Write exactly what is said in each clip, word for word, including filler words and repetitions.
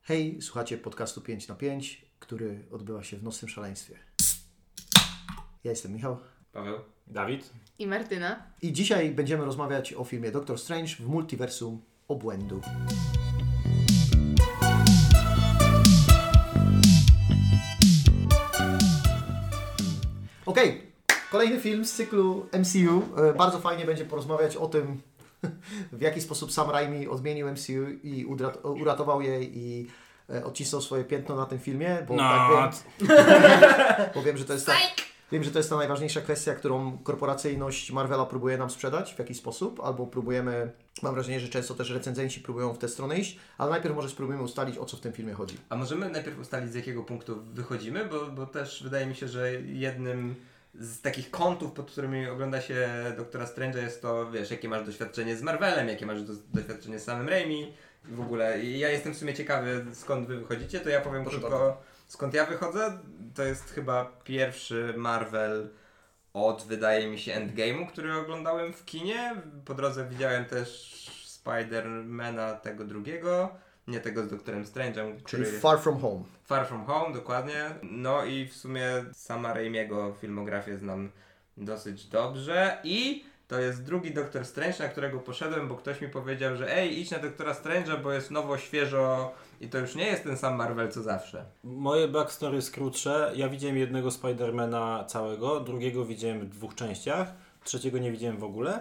Hej, słuchacie podcastu pięć na pięć, który odbywa się w nocnym szaleństwie. Ja jestem Michał. Paweł. Dawid. I Martyna. I dzisiaj będziemy rozmawiać o filmie Doctor Strange w multiversum obłędu. Okej, okay. Kolejny film z cyklu M C U. Bardzo fajnie będzie porozmawiać o tym, w jaki sposób Sam Raimi odmienił M C U i uratował je i odcisnął swoje piętno na tym filmie, bo no. tak wiem, bo wiem, że to jest ta, wiem, że to jest ta najważniejsza kwestia, którą korporacyjność Marvela próbuje nam sprzedać w jakiś sposób, albo próbujemy, mam wrażenie, że często też recenzenci próbują w tę stronę iść, ale najpierw może spróbujemy ustalić, o co w tym filmie chodzi. A możemy najpierw ustalić, z jakiego punktu wychodzimy, bo, bo też wydaje mi się, że jednym z takich kątów, pod którymi ogląda się Doktora Strange'a jest to, wiesz, jakie masz doświadczenie z Marvelem, jakie masz do, doświadczenie z samym Raimi i w ogóle. I ja jestem w sumie ciekawy, skąd wy wychodzicie, to ja powiem Proszę krótko, bardzo. Skąd ja wychodzę. To jest chyba pierwszy Marvel od, wydaje mi się, Endgame'u, który oglądałem w kinie. Po drodze widziałem też Spider-Mana tego drugiego, nie tego z Doktorem Strange'em. Czyli który... Far From Home. Far From Home, dokładnie. No i w sumie sama Raimiego filmografię znam dosyć dobrze i to jest drugi Doktor Strange, na którego poszedłem, bo ktoś mi powiedział, że ej, idź na Doktora Strange'a, bo jest nowo, świeżo i to już nie jest ten sam Marvel co zawsze. Moje backstory jest krótsze. Ja widziałem jednego Spidermana całego, drugiego widziałem w dwóch częściach, trzeciego nie widziałem w ogóle.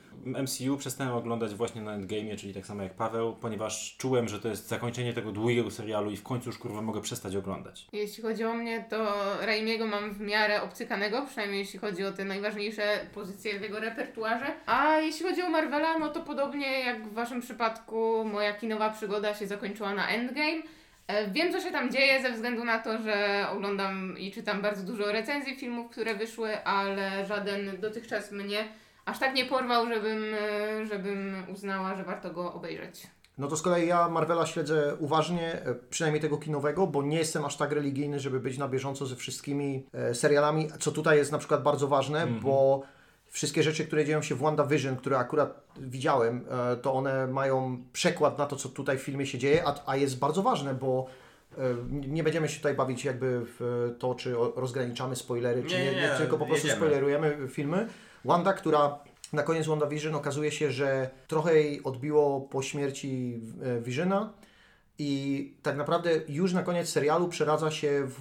M C U przestałem oglądać właśnie na Endgame'ie, czyli tak samo jak Paweł, ponieważ czułem, że to jest zakończenie tego długiego serialu i w końcu już kurwa mogę przestać oglądać. Jeśli chodzi o mnie, to Raimiego mam w miarę obcykanego, przynajmniej jeśli chodzi o te najważniejsze pozycje w jego repertuarze. A jeśli chodzi o Marvela, no to podobnie jak w waszym przypadku moja kinowa przygoda się zakończyła na Endgame. Wiem, co się tam dzieje ze względu na to, że oglądam i czytam bardzo dużo recenzji filmów, które wyszły, ale żaden dotychczas mnie aż tak nie porwał, żebym, żebym uznała, że warto go obejrzeć. No to z kolei ja Marvela śledzę uważnie, przynajmniej tego kinowego, bo nie jestem aż tak religijny, żeby być na bieżąco ze wszystkimi e, serialami, co tutaj jest na przykład bardzo ważne, mm-hmm. bo wszystkie rzeczy, które dzieją się w WandaVision, które akurat widziałem, e, to one mają przekład na to, co tutaj w filmie się dzieje, a, a jest bardzo ważne, bo e, nie będziemy się tutaj bawić jakby w to, czy rozgraniczamy spoilery, czy nie, nie, nie tylko po prostu jedziemy. Spoilerujemy filmy. Wanda, która na koniec WandaVision okazuje się, że trochę jej odbiło po śmierci Visiona i tak naprawdę już na koniec serialu przeradza się w,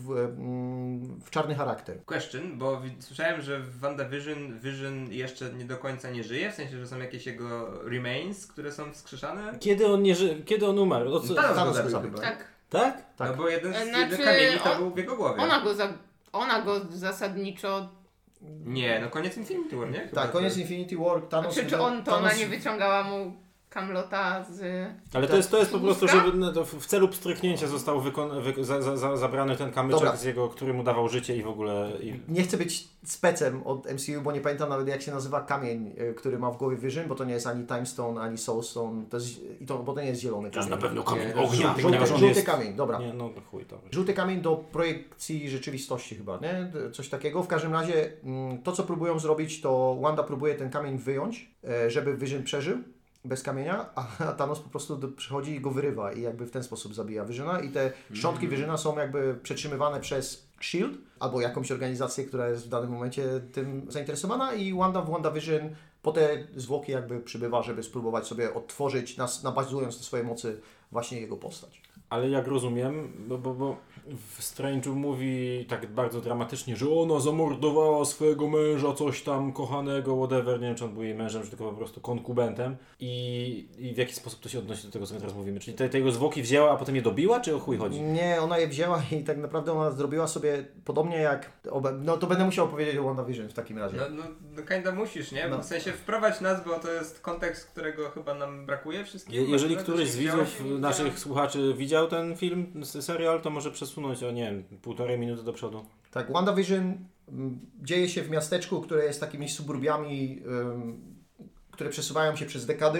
w czarny charakter. Question, bo w- słyszałem, że w WandaVision Vision jeszcze nie do końca nie żyje, w sensie, że są jakieś jego remains, które są wskrzeszane. Kiedy on nie ży... Kiedy on umarł? O co... Thanos Thanos go zabił zabił. chyba. Tak. Tak? Tak. No bo jeden z Znaczy, jeden kamieni to on- był w jego głowie. Ona go, za, ona go zasadniczo... Nie, no koniec Infinity War, nie? Chyba Tak, koniec to- Infinity War, Thanos... Czy, czy on, to Thanos- ona nie wyciągała mu Kamlota z... Ale to jest, to jest po prostu, żeby no, to w celu pstryknięcia został wykon... wy... za, za, za, zabrany ten kamyczek, Dobra. z jego, który mu dawał życie i w ogóle... I... Nie chcę być specem od M C U, bo nie pamiętam nawet jak się nazywa kamień, y, który ma w głowie Vision, bo to nie jest ani Time Stone, ani Soul Stone, to jest, i to, bo to nie jest zielony To jest kamień. na pewno kamień Nie, ognia. Żółty, ponieważ on żółty jest... kamień, dobra. Nie, no chuj to. Żółty kamień do projekcji rzeczywistości chyba, nie? Coś takiego. W każdym razie to, co próbują zrobić, to Wanda próbuje ten kamień wyjąć, żeby Vision przeżył bez kamienia, a Thanos po prostu do, przychodzi i go wyrywa i jakby w ten sposób zabija Visiona i te szczątki mm. Visiona są jakby przetrzymywane przez Shield albo jakąś organizację, która jest w danym momencie tym zainteresowana i Wanda w WandaVision po te zwłoki jakby przybywa, żeby spróbować sobie odtworzyć, nas, nabazując na swojej mocy właśnie jego postać. Ale jak rozumiem, bo, bo, bo w Strange'u mówi tak bardzo dramatycznie, że ona zamordowała swojego męża, coś tam kochanego, whatever, nie wiem czy on był jej mężem, czy tylko po prostu konkubentem i, i w jaki sposób to się odnosi do tego, co my teraz mówimy? Czyli te, te jego zwłoki wzięła, a potem je dobiła, czy o chuj chodzi? Nie, ona je wzięła i tak naprawdę ona zrobiła sobie podobnie jak, no to będę musiał opowiedzieć o WandaVision w takim razie. No, no, no kinda musisz, nie? No. W sensie wprowadź nas, bo to jest kontekst, którego chyba nam brakuje wszystkim. Je, jeżeli No, któryś to z się widzów widziałeś i naszych widziałem. słuchaczy widział ten film, serial, to może przesunąć o nie wiem, półtorej minuty do przodu. Tak, WandaVision m, dzieje się w miasteczku, które jest takimi suburbiami, ym, które przesuwają się przez dekady.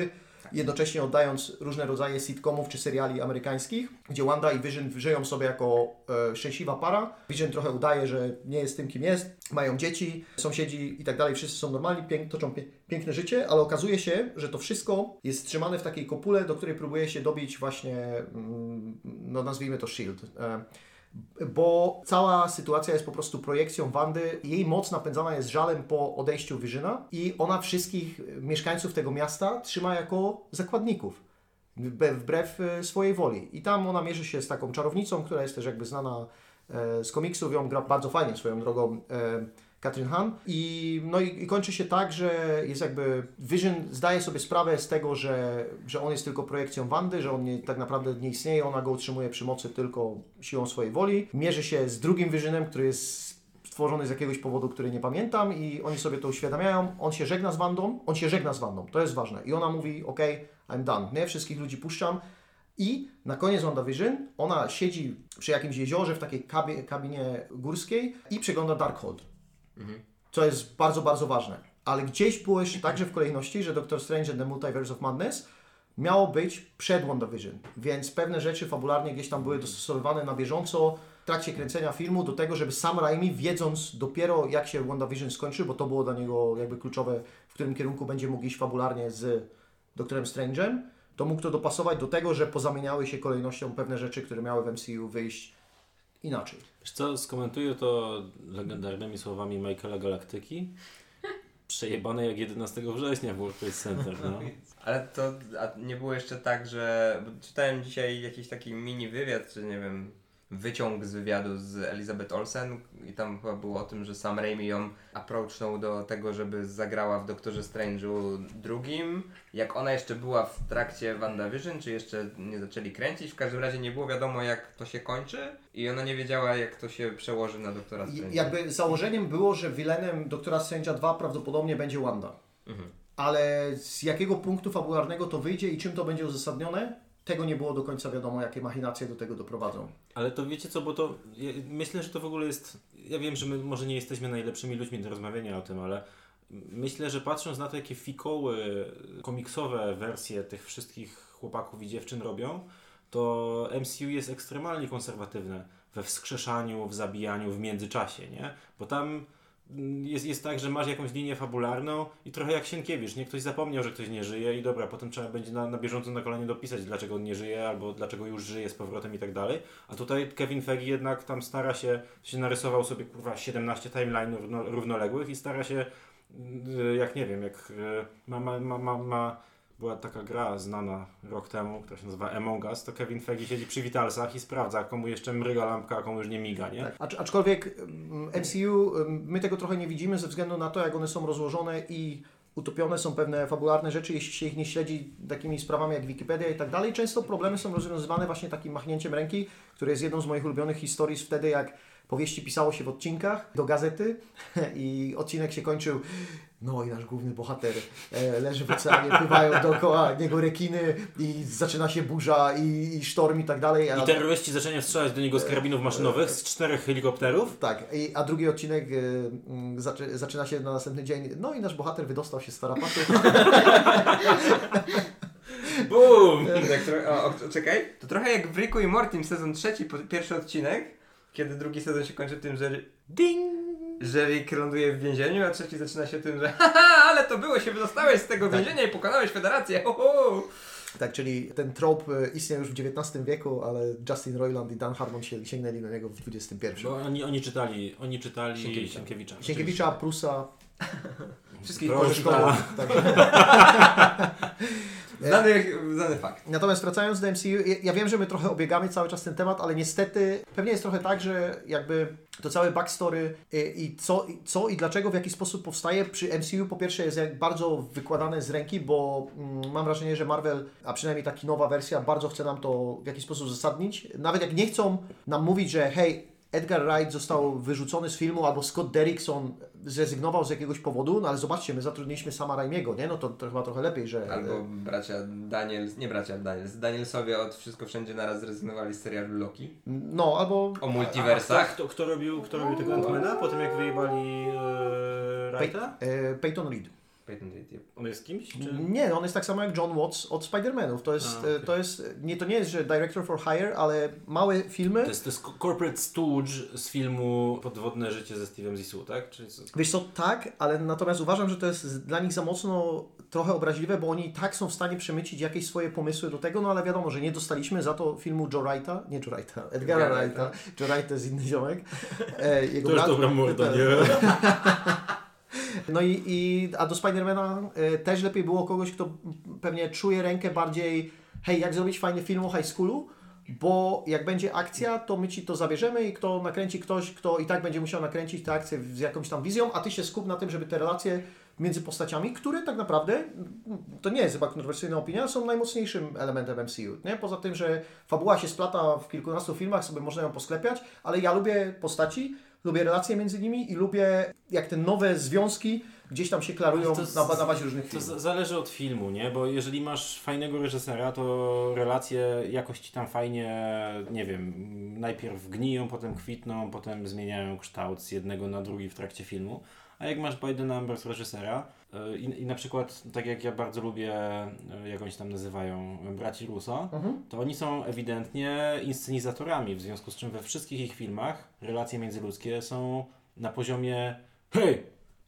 jednocześnie oddając różne rodzaje sitcomów czy seriali amerykańskich, gdzie Wanda i Vision żyją sobie jako e, szczęśliwa para. Vision trochę udaje, że nie jest tym, kim jest, mają dzieci, sąsiedzi i tak dalej, wszyscy są normalni, pięk, toczą pie, piękne życie, ale okazuje się, że to wszystko jest trzymane w takiej kopule, do której próbuje się dobić właśnie, mm, no nazwijmy to Shield. E, bo cała sytuacja jest po prostu projekcją Wandy. Jej moc napędzana jest żalem po odejściu Visiona i ona wszystkich mieszkańców tego miasta trzyma jako zakładników, wbrew swojej woli. I tam ona mierzy się z taką czarownicą, która jest też jakby znana z komiksów, ją gra bardzo fajnie swoją drogą Kathryn Hahn. I, no i, i kończy się tak, że jest jakby Vision zdaje sobie sprawę z tego, że, że on jest tylko projekcją Wandy, że on nie, tak naprawdę nie istnieje, ona go utrzymuje przy mocy tylko siłą swojej woli. Mierzy się z drugim Visionem, który jest stworzony z jakiegoś powodu, który nie pamiętam i oni sobie to uświadamiają. On się żegna z Wandą, on się żegna z Wandą, to jest ważne. I ona mówi, ok, I'm done, nie? Wszystkich ludzi puszczam. I na koniec WandaVision ona siedzi przy jakimś jeziorze w takiej kabi- kabinie górskiej i przegląda Darkhold. Mhm. Co jest bardzo, bardzo ważne. Ale gdzieś było jeszcze także w kolejności, że Doctor Strange and the Multiverse of Madness miało być przed WandaVision, więc pewne rzeczy fabularnie gdzieś tam były dostosowywane na bieżąco w trakcie kręcenia filmu do tego, żeby Sam Raimi, wiedząc dopiero jak się WandaVision skończy, bo to było dla niego jakby kluczowe, w którym kierunku będzie mógł iść fabularnie z Doktorem Strange'em, to mógł to dopasować do tego, że pozamieniały się kolejnością pewne rzeczy, które miały w M C U wyjść inaczej. Wiesz co, skomentuję to legendarnymi słowami Michaela Galaktyki. Przejebane jak jedenastego września w World Trade Center, no. Ale to a nie było jeszcze tak, że... Bo czytałem dzisiaj jakiś taki mini wywiad, czy nie wiem, wyciąg z wywiadu z Elizabeth Olsen i tam chyba było o tym, że Sam Raimi ją approachnął do tego, żeby zagrała w Doktorze Strange'u drugim. Jak ona jeszcze była w trakcie WandaVision, czy jeszcze nie zaczęli kręcić, w każdym razie nie było wiadomo jak to się kończy i ona nie wiedziała jak to się przełoży na Doktora Strange'a. Jakby założeniem było, że villainem Doktora Strange'a dwa prawdopodobnie będzie Wanda. Mhm. Ale z jakiego punktu fabularnego to wyjdzie i czym to będzie uzasadnione, tego nie było do końca wiadomo, jakie machinacje do tego doprowadzą. Ale to wiecie co, bo to ja myślę, że to w ogóle jest, ja wiem, że my może nie jesteśmy najlepszymi ludźmi do rozmawiania o tym, ale myślę, że patrząc na to, jakie fikoły, komiksowe wersje tych wszystkich chłopaków i dziewczyn robią, to M C U jest ekstremalnie konserwatywne we wskrzeszaniu, w zabijaniu, w międzyczasie, nie? Bo tam Jest, jest tak, że masz jakąś linię fabularną i trochę jak Sienkiewicz, nie? Ktoś zapomniał, że ktoś nie żyje i dobra, potem trzeba będzie na, na bieżąco na kolanie dopisać, dlaczego on nie żyje albo dlaczego już żyje z powrotem i tak dalej. A tutaj Kevin Feige jednak tam stara się, się narysował sobie kurwa siedemnaście timeline'ów równo, równoległych i stara się, jak nie wiem, jak ma, ma, ma, ma, ma była taka gra znana rok temu, która się nazywa Among Us, to Kevin Feige siedzi przy Witalsach i sprawdza, komu jeszcze mryga lampka, a komu już nie miga, nie? Tak. Acz, aczkolwiek M C U, my tego trochę nie widzimy ze względu na to, jak one są rozłożone i utopione są pewne fabularne rzeczy, jeśli się ich nie śledzi takimi sprawami jak Wikipedia i tak dalej. Często problemy są rozwiązywane właśnie takim machnięciem ręki, które jest jedną z moich ulubionych historii z wtedy, jak powieści pisało się w odcinkach do gazety i odcinek się kończył, no i nasz główny bohater e, leży w oceanie, pływają dookoła niego rekiny i zaczyna się burza i, i sztorm i tak dalej. A... I terroryści zaczynają strzelać do niego z karabinów maszynowych, z czterech helikopterów. Tak, i, a drugi odcinek e, zaczy, zaczyna się na następny dzień, no i nasz bohater wydostał się z tarapatu. Bum! Tak, trochę, o, o, czekaj, to trochę jak w Ricku i Mortim sezon trzeci, pierwszy odcinek, kiedy drugi sezon się kończy tym, że ding, że Rick ląduje w więzieniu, a trzeci zaczyna się tym, że haha, ale to było, się wydostałeś z tego więzienia i pokonałeś Federację, ho, ho. Tak, czyli ten trop istniał już w dziewiętnastym wieku, ale Justin Roiland i Dan Harmon się sięgnęli do niego w dwudziestym pierwszym. Bo oni, oni czytali, oni czytali Sienkiewicza, Sienkiewicza, Sienkiewicza Prusa, wszystkich szkołach. Tak. Znany, znany fakt. Natomiast wracając do M C U, ja wiem, że my trochę obiegamy cały czas ten temat, ale niestety pewnie jest trochę tak, że jakby to całe backstory i, i, co, i co i dlaczego, w jaki sposób powstaje przy M C U po pierwsze jest jak bardzo wykładane z ręki, bo mm, mam wrażenie, że Marvel, a przynajmniej ta kinowa wersja, bardzo chce nam to w jakiś sposób uzasadnić. Nawet jak nie chcą nam mówić, że hej, Edgar Wright został wyrzucony z filmu, albo Scott Derrickson zrezygnował z jakiegoś powodu, no ale zobaczcie, my zatrudniliśmy Sama Raimiego, nie? No to, to chyba trochę lepiej, że... Albo bracia Daniels, nie bracia Daniels, Danielsowie od Wszystko Wszędzie Naraz zrezygnowali z serialu Loki. No, albo... O multiversach. A, a kto, kto, robił, kto robił tego Ant-Mana po tym jak wyjebali e, Wrighta? Pey- e, Peyton Reed. Peyton Reed, yep. On jest kimś? Czy? Nie, no on jest tak samo jak John Watts od Spider-Manów. To jest, A, okay. to jest, nie, to nie jest, że director for hire, ale małe filmy. To jest, to jest Corporate Stooge z filmu Podwodne życie ze Steve'em Zissou, tak? Czy... Wiesz co, tak, ale natomiast uważam, że to jest dla nich za mocno trochę obraźliwe, bo oni i tak są w stanie przemycić jakieś swoje pomysły do tego, no ale wiadomo, że nie dostaliśmy za to filmu Joe Wrighta, nie Joe Wrighta, Edgara Wrighta, Joe Wright to jest inny ziomek. E, jego to jest dobra morda, nie? No i, i a do Spidermana e, też lepiej było kogoś, kto pewnie czuje rękę bardziej, hej, jak zrobić fajny film o high schoolu, bo jak będzie akcja, to my ci to zabierzemy i kto nakręci ktoś, kto i tak będzie musiał nakręcić tę akcję z jakąś tam wizją, a ty się skup na tym, żeby te relacje między postaciami, które tak naprawdę, to nie jest chyba kontrowersyjna opinia, są najmocniejszym elementem M C U. Nie? Poza tym, że fabuła się splata w kilkunastu filmach, sobie można ją posklepiać, ale ja lubię postaci, lubię relacje między nimi i lubię jak te nowe związki gdzieś tam się klarują to z, na, na bazie różnych to filmów. To zależy od filmu, nie? Bo jeżeli masz fajnego reżysera, to relacje jakoś ci tam fajnie, nie wiem, najpierw gniją, potem kwitną, potem zmieniają kształt z jednego na drugi w trakcie filmu. A jak masz by the numbers reżysera yy, i, i na przykład, tak jak ja bardzo lubię, yy, jak oni się tam nazywają, braci Russo, mhm. to oni są ewidentnie inscenizatorami, w związku z czym we wszystkich ich filmach relacje międzyludzkie są na poziomie hej,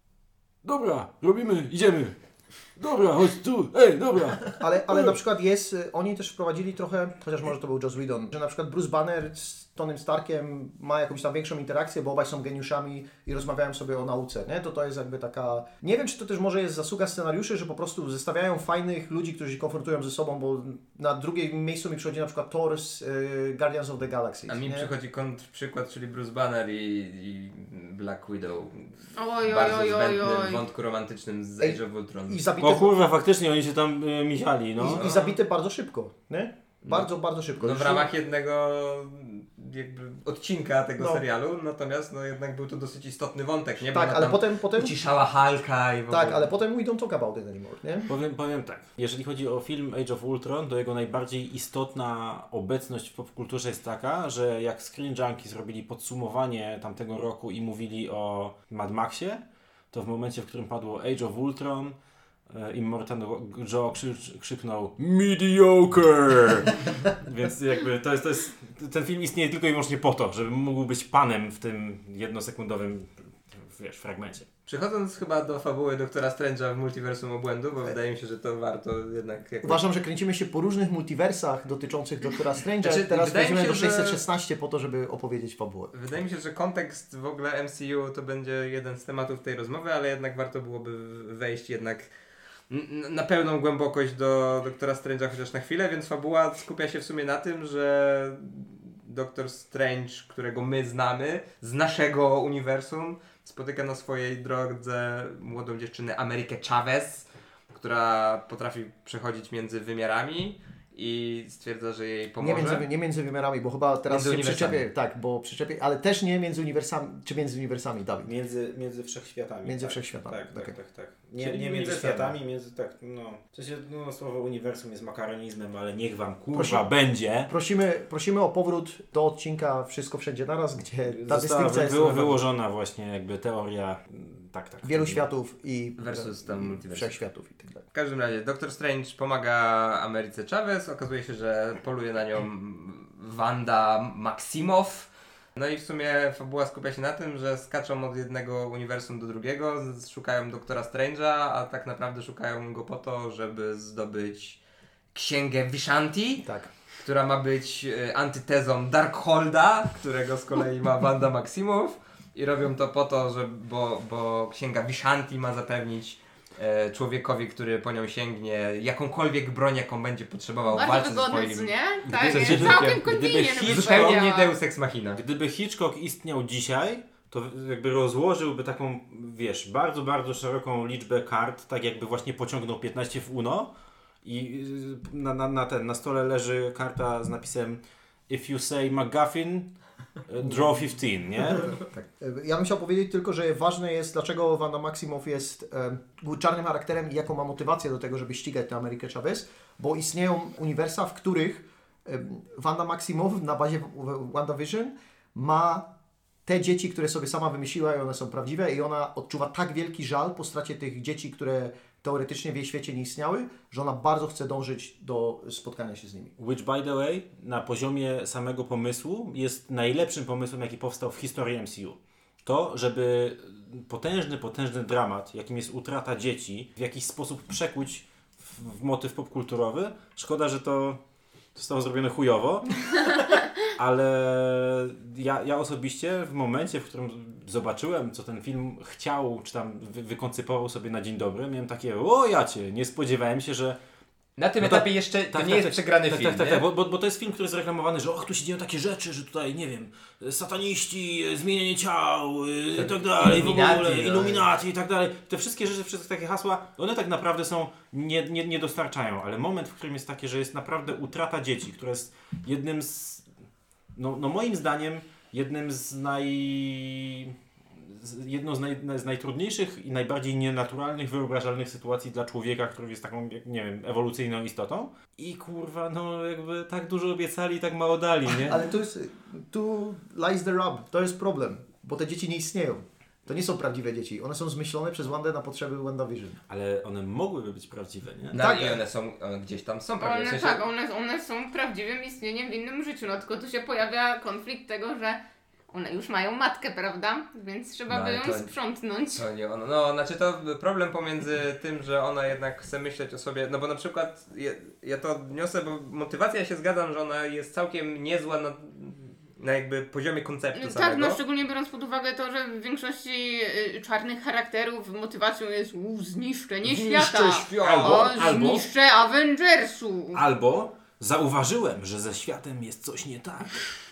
dobra, robimy, idziemy. Dobra, chodź tu, ej, dobra. Ale, ale na przykład jest, oni też wprowadzili trochę, chociaż może to był Joss Whedon, że na przykład Bruce Banner z Tonym Starkiem ma jakąś tam większą interakcję, bo obaj są geniuszami i rozmawiają sobie o nauce, nie? To to jest jakby taka, nie wiem czy to też może jest zasługa scenariuszy, że po prostu zestawiają fajnych ludzi, którzy się konfrontują ze sobą, bo na drugim miejscu mi przychodzi na przykład Thor z y, Guardians of the Galaxy. A mi nie? przychodzi kontrprzykład, czyli Bruce Banner i, i Black Widow. Oj, bardzo oj, oj, zbędnym oj. wątku romantycznym z Age of Ultron. I zabite, O kurwa, faktycznie oni się tam y, michali, no. i, i zabite bardzo szybko, nie? Bardzo, no, bardzo szybko. No w ramach jednego jakby odcinka tego no. serialu, natomiast no jednak był to dosyć istotny wątek, nie? Bo tak, ale potem, potem uciszała Hulka i w ogóle. Tak, ale potem we don't talk about it anymore, nie? Powiem, powiem tak, jeżeli chodzi o film Age of Ultron, to jego najbardziej istotna obecność w popkulturze jest taka, że jak Screen Junkie zrobili podsumowanie tamtego roku i mówili o Mad Maxie, to w momencie, w którym padło Age of Ultron, Immortan Joe krzycz, krzyknął mediocre! Więc jakby to jest, to jest, ten film istnieje tylko i wyłącznie po to, żeby mógł być panem w tym jednosekundowym, wiesz, fragmencie. Przechodząc chyba do fabuły Doktora Strange'a w Multiversum Obłędu, bo wydaje mi się, że to warto jednak... Jakoś... Uważam, że kręcimy się po różnych multiversach dotyczących Doktora Strange'a. Znaczy, teraz wejdziemy do że... sześćset szesnaście po to, żeby opowiedzieć fabułę. Wydaje mi się, że kontekst w ogóle M C U to będzie jeden z tematów tej rozmowy, ale jednak warto byłoby wejść jednak na pełną głębokość do Doktora Strange'a chociaż na chwilę, więc fabuła skupia się w sumie na tym, że Doktor Strange, którego my znamy z naszego uniwersum, spotyka na swojej drodze młodą dziewczynę Amerykę Chavez, która potrafi przechodzić między wymiarami i stwierdza, że jej pomoże. Nie między, nie między wymiarami, bo chyba teraz między się przyczepię, tak, bo przyczepię, ale też nie między uniwersami, czy między uniwersami, Dawid. Między, między wszechświatami. Między tak. wszechświatami. Tak, tak, okay. tak, tak. Nie, Czyli nie między uniwersami. światami, między tak, no. W sensie, no, słowo uniwersum jest makaronizmem, ale niech wam kurwa Prosimy- będzie. Prosimy, prosimy o powrót do odcinka Wszystko Wszędzie Naraz, gdzie ta Została dystynkcja jest wy, wyłożona właśnie jakby teoria, tak, tak. wielu światów i Versus tam i multiversum. wszechświatów i tak dalej. W każdym razie Doktor Strange pomaga Ameryce Chavez, okazuje się, że poluje na nią Wanda Maximoff. No i w sumie fabuła skupia się na tym, że skaczą od jednego uniwersum do drugiego, z- szukają Doktora Strange'a, a tak naprawdę szukają go po to, żeby zdobyć księgę Vishanti, Tak. która ma być e, antytezą Darkholda, którego z kolei ma Wanda Maximoff. I robią to po to, że, bo, bo księga Vishanti ma zapewnić e, człowiekowi, który po nią sięgnie, jakąkolwiek broń, jaką będzie potrzebował w Bardzo walce ze wygodny, swoim... nie? Tak, Gdyby- jest gdyby- całkiem gdyby convenient. Hitch- bym Zupełnie powiedziała. Deus Ex Machina. Gdyby Hitchcock istniał dzisiaj, to jakby rozłożyłby taką, wiesz, bardzo, bardzo szeroką liczbę kart, tak jakby właśnie pociągnął piętnaście w uno i y, na, na, na, ten, na stole leży karta z napisem If you say McGuffin, y, draw piętnaście, nie? Tak. Ja bym chciał powiedzieć tylko, że ważne jest, dlaczego Wanda Maximoff jest e, czarnym charakterem i jaką ma motywację do tego, żeby ścigać tę Amerykę Chavez, bo istnieją uniwersa, w których e, Wanda Maximoff na bazie w- WandaVision ma te dzieci, które sobie sama wymyśliła i one są prawdziwe i ona odczuwa tak wielki żal po stracie tych dzieci, które teoretycznie w jej świecie nie istniały, że ona bardzo chce dążyć do spotkania się z nimi. Which, by the way, na poziomie samego pomysłu jest najlepszym pomysłem, jaki powstał w historii M C U. To, żeby potężny, potężny dramat, jakim jest utrata dzieci, w jakiś sposób przekuć w, w motyw popkulturowy. Szkoda, że to zostało zrobione chujowo, ale ja, ja osobiście w momencie, w którym zobaczyłem, co ten film chciał, czy tam wy, wykoncypował sobie na dzień dobry, miałem takie, o jacie, nie spodziewałem się, że Na tym No to- etapie jeszcze to tak, nie tak, jest tak, przegrany tak, film, tak, tak, nie? tak, bo, bo, bo to jest film, który jest reklamowany, że och, tu się dzieją takie rzeczy, że tutaj, nie wiem, sataniści, e, zmienianie ciał e, i tak dalej, w Illuminati, ogóle, no. Illuminati i tak dalej. Te wszystkie rzeczy, wszystkie takie hasła, one tak naprawdę są, nie, nie, nie dostarczają, ale moment, w którym jest takie, że jest naprawdę utrata dzieci, która jest jednym z, no, no moim zdaniem, jednym z naj... z- jedną z, naj, z najtrudniejszych i najbardziej nienaturalnych, wyobrażalnych sytuacji dla człowieka, który jest taką, jak- nie wiem, ewolucyjną istotą. I kurwa, no jakby tak dużo obiecali, tak mało dali, nie? Ale to jest, tu lies the rub, to jest problem, bo te dzieci nie istnieją. To nie są prawdziwe dzieci, one są zmyślone przez Wandę na potrzeby WandaVision. Ale one mogłyby być prawdziwe, nie? No Tak. i one są, one gdzieś tam są prawdziwe. One, W sensie, tak, one, one są prawdziwym istnieniem w innym życiu, no tylko tu się pojawia konflikt tego, że one już mają matkę, prawda? Więc trzeba No, by ale ją to- sprzątnąć. To nie ono. No, znaczy to problem pomiędzy tym, że ona jednak chce myśleć o sobie, no bo na przykład ja, ja to odniosę, bo motywacja, ja się zgadzam, że ona jest całkiem niezła na, na jakby poziomie konceptu Tak, samego. no szczególnie biorąc pod uwagę to, że w większości y, czarnych charakterów motywacją jest u, zniszczenie świata. świat. Albo- O, albo- zniszczę Avengersów. Albo zauważyłem, że ze światem jest coś nie tak.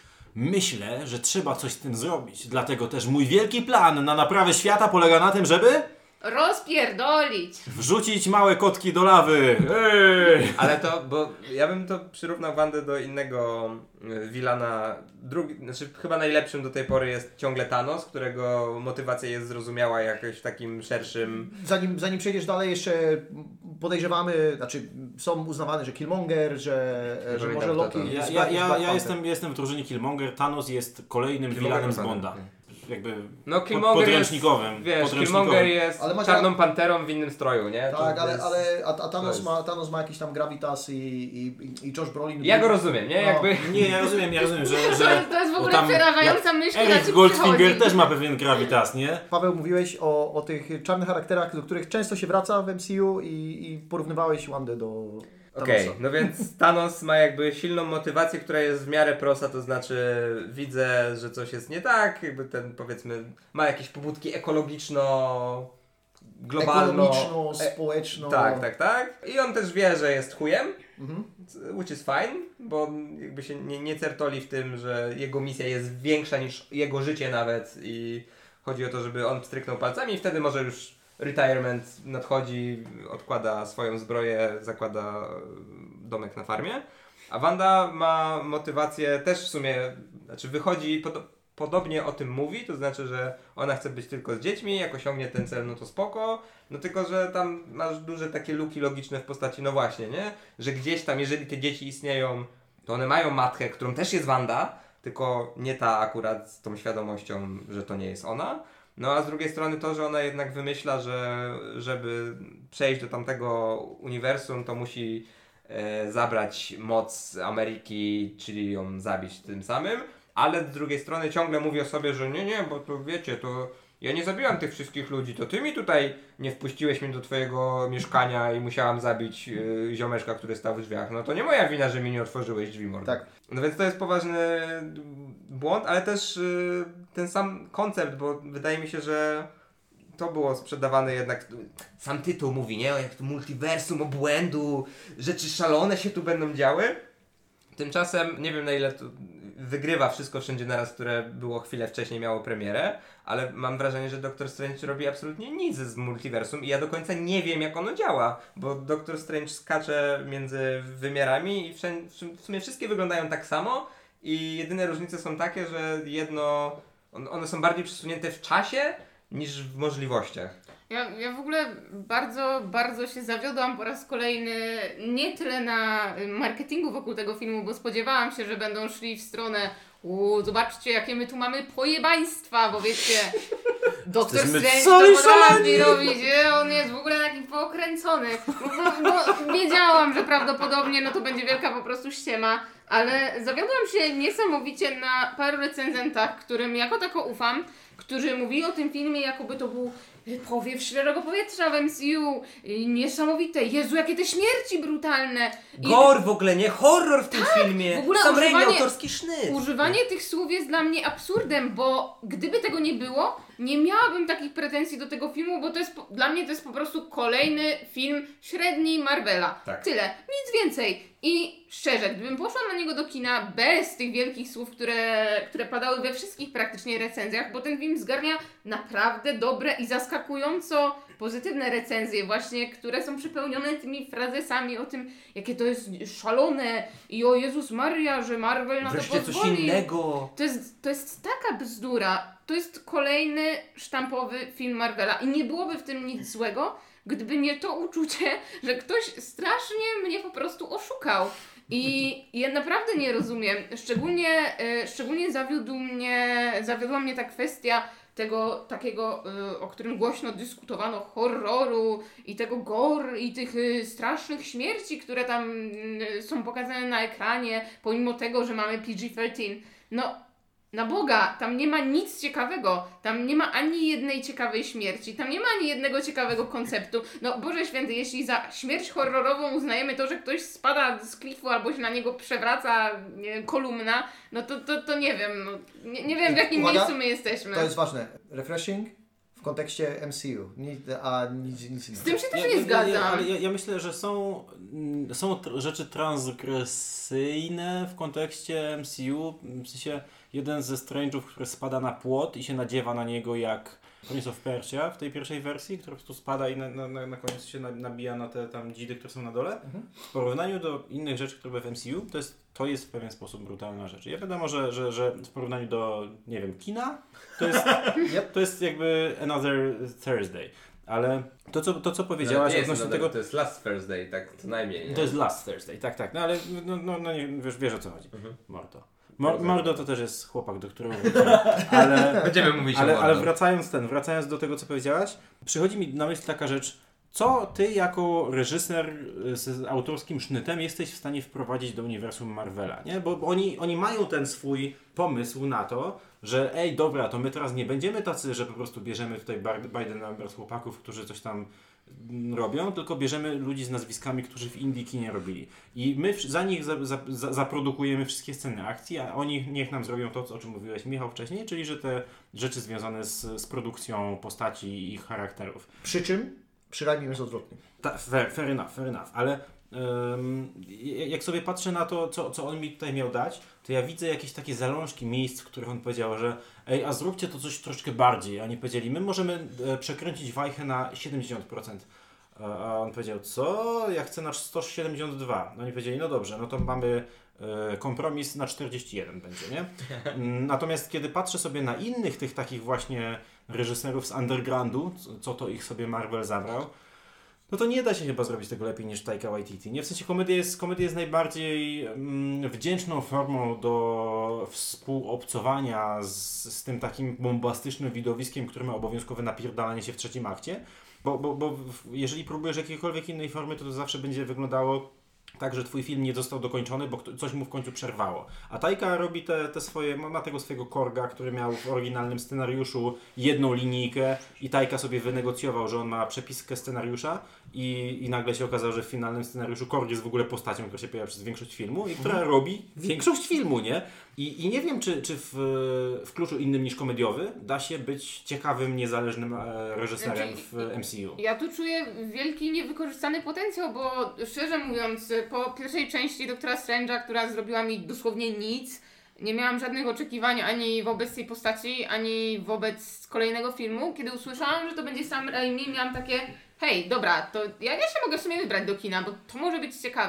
Myślę, że trzeba coś z tym zrobić. Dlatego też mój wielki plan na naprawę świata polega na tym, żeby Rozpierdolić. wrzucić małe kotki do lawy. Ej! Ale to, bo ja bym to przyrównał Wandę do innego y, wilana, drugi, znaczy chyba najlepszym do tej pory jest ciągle Thanos, którego motywacja jest zrozumiała jakoś w takim szerszym... Zanim, zanim przejdziesz dalej, jeszcze podejrzewamy, znaczy są uznawane, że Killmonger, że, że pamiętam, może kto Loki... to. Ja, jest ja, Black- ja, Black ja, Panther. jestem, jestem w drużynie Killmonger. Thanos jest kolejnym Killmonger vilanem z to Bonda. Bonda. Jakby No pod, Killmonger podręcznikowym. jest, wiesz, podręcznikowym. Killmonger jest Ale ma- czarną panterą w innym stroju, nie? To Tak, ale, jest- ale a, a to Thanos, jest- ma, Thanos ma jakiś tam gravitas i, i, i Josh Brolin... Ja go rozumiem, nie? No. Jakby... Nie, ja rozumiem, ja rozumiem, że, To, że jest- to jest w bo ogóle tam przerażająca jak myśl, która Eric ci Goldfinger przychodzi. też ma pewien gravitas, nie? Paweł, mówiłeś o, o tych czarnych charakterach, do których często się wraca w M C U i, i porównywałeś Wandę do Okej, Thanosa. no więc Thanos ma jakby silną motywację, która jest w miarę prosta, to znaczy widzę, że coś jest nie tak, jakby ten powiedzmy ma jakieś pobudki ekologiczno globalno Ekonomiczno, e, społeczno... tak, tak, tak. I on też wie, że jest chujem, Mhm. which is fine, bo on jakby się nie, nie certoli w tym, że jego misja jest większa niż jego życie nawet i chodzi o to, żeby on stryknął palcami i wtedy może już retirement nadchodzi, odkłada swoją zbroję, zakłada e, domek na farmie. A Wanda ma motywację też w sumie, znaczy wychodzi, pod, podobnie o tym mówi, to znaczy, że ona chce być tylko z dziećmi, jak osiągnie ten cel, no to spoko, no tylko, że tam masz duże takie luki logiczne w postaci, no właśnie, nie? Że gdzieś tam, jeżeli te dzieci istnieją, to one mają matkę, którą też jest Wanda, tylko nie ta akurat z tą świadomością, że to nie jest ona. No a z drugiej strony to, że ona jednak wymyśla, że żeby przejść do tamtego uniwersum, to musi e, zabrać moc Ameryki, czyli ją zabić tym samym, ale z drugiej strony ciągle mówi o sobie, że nie, nie, bo to wiecie, to ja nie zabiłam tych wszystkich ludzi, to ty mi tutaj nie wpuściłeś mnie do twojego mieszkania i musiałam zabić e, ziomeczka, który stał w drzwiach. No to nie moja wina, że mi nie otworzyłeś drzwi, mordo. Tak. No więc to jest poważny błąd, ale też y, ten sam koncept, bo wydaje mi się, że to było sprzedawane jednak, sam tytuł mówi, nie? Jak to multiversum obłędu, rzeczy szalone się tu będą działy. Tymczasem nie wiem na ile to wygrywa Wszystko Wszędzie Naraz, które było chwilę wcześniej, miało premierę, ale mam wrażenie, że Doctor Strange robi absolutnie nic z multiversum i ja do końca nie wiem jak ono działa, bo Doctor Strange skacze między wymiarami i wszędzie, w sumie wszystkie wyglądają tak samo i jedyne różnice są takie, że jedno, on, one są bardziej przesunięte w czasie niż w możliwościach. Ja, ja w ogóle bardzo, bardzo się zawiodłam po raz kolejny nie tyle na marketingu wokół tego filmu, bo spodziewałam się, że będą szli w stronę u, zobaczcie jakie my tu mamy pojebaństwa, bo wiecie, Doktor Strange to potrafi robić, on jest w ogóle taki pokręcony. No, no, no, wiedziałam, że prawdopodobnie no to będzie wielka po prostu ściema, ale zawiodłam się niesamowicie na paru recenzentach, którym jako tako ufam, którzy mówili o tym filmie, jakoby to był powiew świeżego powietrza w M C U. Niesamowite. Jezu, jakie te śmierci brutalne. I... Gore w ogóle, nie? Horror w tym tak, filmie. W ogóle Sam używanie, Raimi, autorski sznyt. Używanie tych słów jest dla mnie absurdem, bo gdyby tego nie było, nie miałabym takich pretensji do tego filmu, bo to jest, dla mnie to jest po prostu kolejny film średni Marvela. Tak. Tyle. Nic więcej. I szczerze, gdybym poszła na niego do kina bez tych wielkich słów, które, które padały we wszystkich praktycznie recenzjach, bo ten film zgarnia naprawdę dobre i zaskakująco pozytywne recenzje właśnie, które są przepełnione tymi frazesami o tym, jakie to jest szalone i o Jezus Maria, że Marvel na Wreszcie to pozwolił. coś innego. To jest, to jest taka bzdura. To jest kolejny sztampowy film Marvela i nie byłoby w tym nic złego, gdyby nie to uczucie, że ktoś strasznie mnie po prostu oszukał. I ja naprawdę nie rozumiem. Szczególnie, y, szczególnie zawiódł mnie, zawiodła mnie ta kwestia tego takiego, y, o którym głośno dyskutowano, horroru i tego gore i tych y, strasznych śmierci, które tam y, są pokazane na ekranie, pomimo tego, że mamy P G trzynaście. No, na Boga, tam nie ma nic ciekawego, tam nie ma ani jednej ciekawej śmierci, tam nie ma ani jednego ciekawego konceptu. No Boże Święty, jeśli za śmierć horrorową uznajemy to, że ktoś spada z klifu albo się na niego przewraca nie wiem, kolumna, no to, to, to nie wiem, no, nie, nie wiem w jakim Uwaga, miejscu my jesteśmy. To jest ważne. Refreshing w kontekście M C U, nic, a nic, nic innego. Z tym się też Ja, nie ja, zgadzam. ja, ale ja, ja myślę, że są, mm, są tr- rzeczy transgresyjne w kontekście M C U. W sensie jeden ze Strange'ów, który spada na płot i się nadziewa na niego jak Prince of Persia w tej pierwszej wersji, który po prostu spada i na, na, na koniec się nabija na te tam dzidy, które są na dole. Mhm. W porównaniu do innych rzeczy, które były w M C U, to jest, to jest w pewien sposób brutalna rzecz. Ja wiadomo, że, że, że w porównaniu do, nie wiem, kina, to jest, to jest jakby another Thursday. Ale to, co, to, co powiedziałaś no, odnośnie tego... To jest Last Thursday, tak co najmniej. Nie? To jest Last Thursday, tak, tak. No ale no, no, no nie, wiesz, wiesz o co chodzi. Mhm. Mordo. Mor- Mordo to też jest chłopak, do którego wrócimy. Ale, Będziemy mówić ale, o ale Mordo. wracając ten, wracając do tego, co powiedziałaś, przychodzi mi na myśl taka rzecz, co ty jako reżyser z autorskim sznytem jesteś w stanie wprowadzić do uniwersum Marvela, nie? Bo oni, oni mają ten swój pomysł na to, że ej, dobra, to my teraz nie będziemy tacy, że po prostu bierzemy tutaj Biden Numbers chłopaków, którzy coś tam robią, tylko bierzemy ludzi z nazwiskami, którzy w indie kinie robili. I my za nich za, za, za, zaprodukujemy wszystkie sceny akcji, a oni niech nam zrobią to, o czym mówiłeś Michał wcześniej, czyli że te rzeczy związane z, z produkcją postaci i ich charakterów. Przy czym przy Raimie jest odwrotnie. Ta, fair, fair enough, fair enough, ale um, jak sobie patrzę na to, co, co on mi tutaj miał dać, to ja widzę jakieś takie zalążki miejsc, w których on powiedział, że ej, a zróbcie to coś troszkę bardziej. A oni powiedzieli, my możemy e, przekręcić wajchę na siedemdziesiąt procent. A on powiedział, co? Ja chcę na sto siedemdziesiąt dwa. Oni powiedzieli, no dobrze, no to mamy e, kompromis na czterdzieści jeden będzie, nie? Natomiast kiedy patrzę sobie na innych tych takich właśnie reżyserów z undergroundu, co, co to ich sobie Marvel zabrał, no to nie da się chyba zrobić tego lepiej niż Taika Waititi. Nie? W sensie komedia jest, komedia jest najbardziej mm, wdzięczną formą do współobcowania z, z tym takim bombastycznym widowiskiem, które ma obowiązkowe napierdalanie się w trzecim akcie. Bo, bo, bo jeżeli próbujesz jakiejkolwiek innej formy, to to zawsze będzie wyglądało tak, że twój film nie został dokończony, bo coś mu w końcu przerwało. A Taika robi te, te swoje, ma tego swojego Korga, który miał w oryginalnym scenariuszu jedną linijkę i Taika sobie wynegocjował, że on ma przepiskę scenariusza i, i nagle się okazało, że w finalnym scenariuszu Korg jest w ogóle postacią, która się pojawia przez większość filmu i która mhm. robi większość filmu, nie? I, i nie wiem, czy, czy w, w kluczu innym niż komediowy da się być ciekawym, niezależnym e, reżyserem znaczy, w M C U. Ja tu czuję wielki niewykorzystany potencjał, bo szczerze mówiąc, po pierwszej części Doktora Strange'a, która zrobiła mi dosłownie nic, nie miałam żadnych oczekiwań ani wobec tej postaci, ani wobec kolejnego filmu. Kiedy usłyszałam, że to będzie Sam Raimi, miałam takie hej, dobra, to ja, ja się mogę w sumie wybrać do kina, bo to może być ciekawe.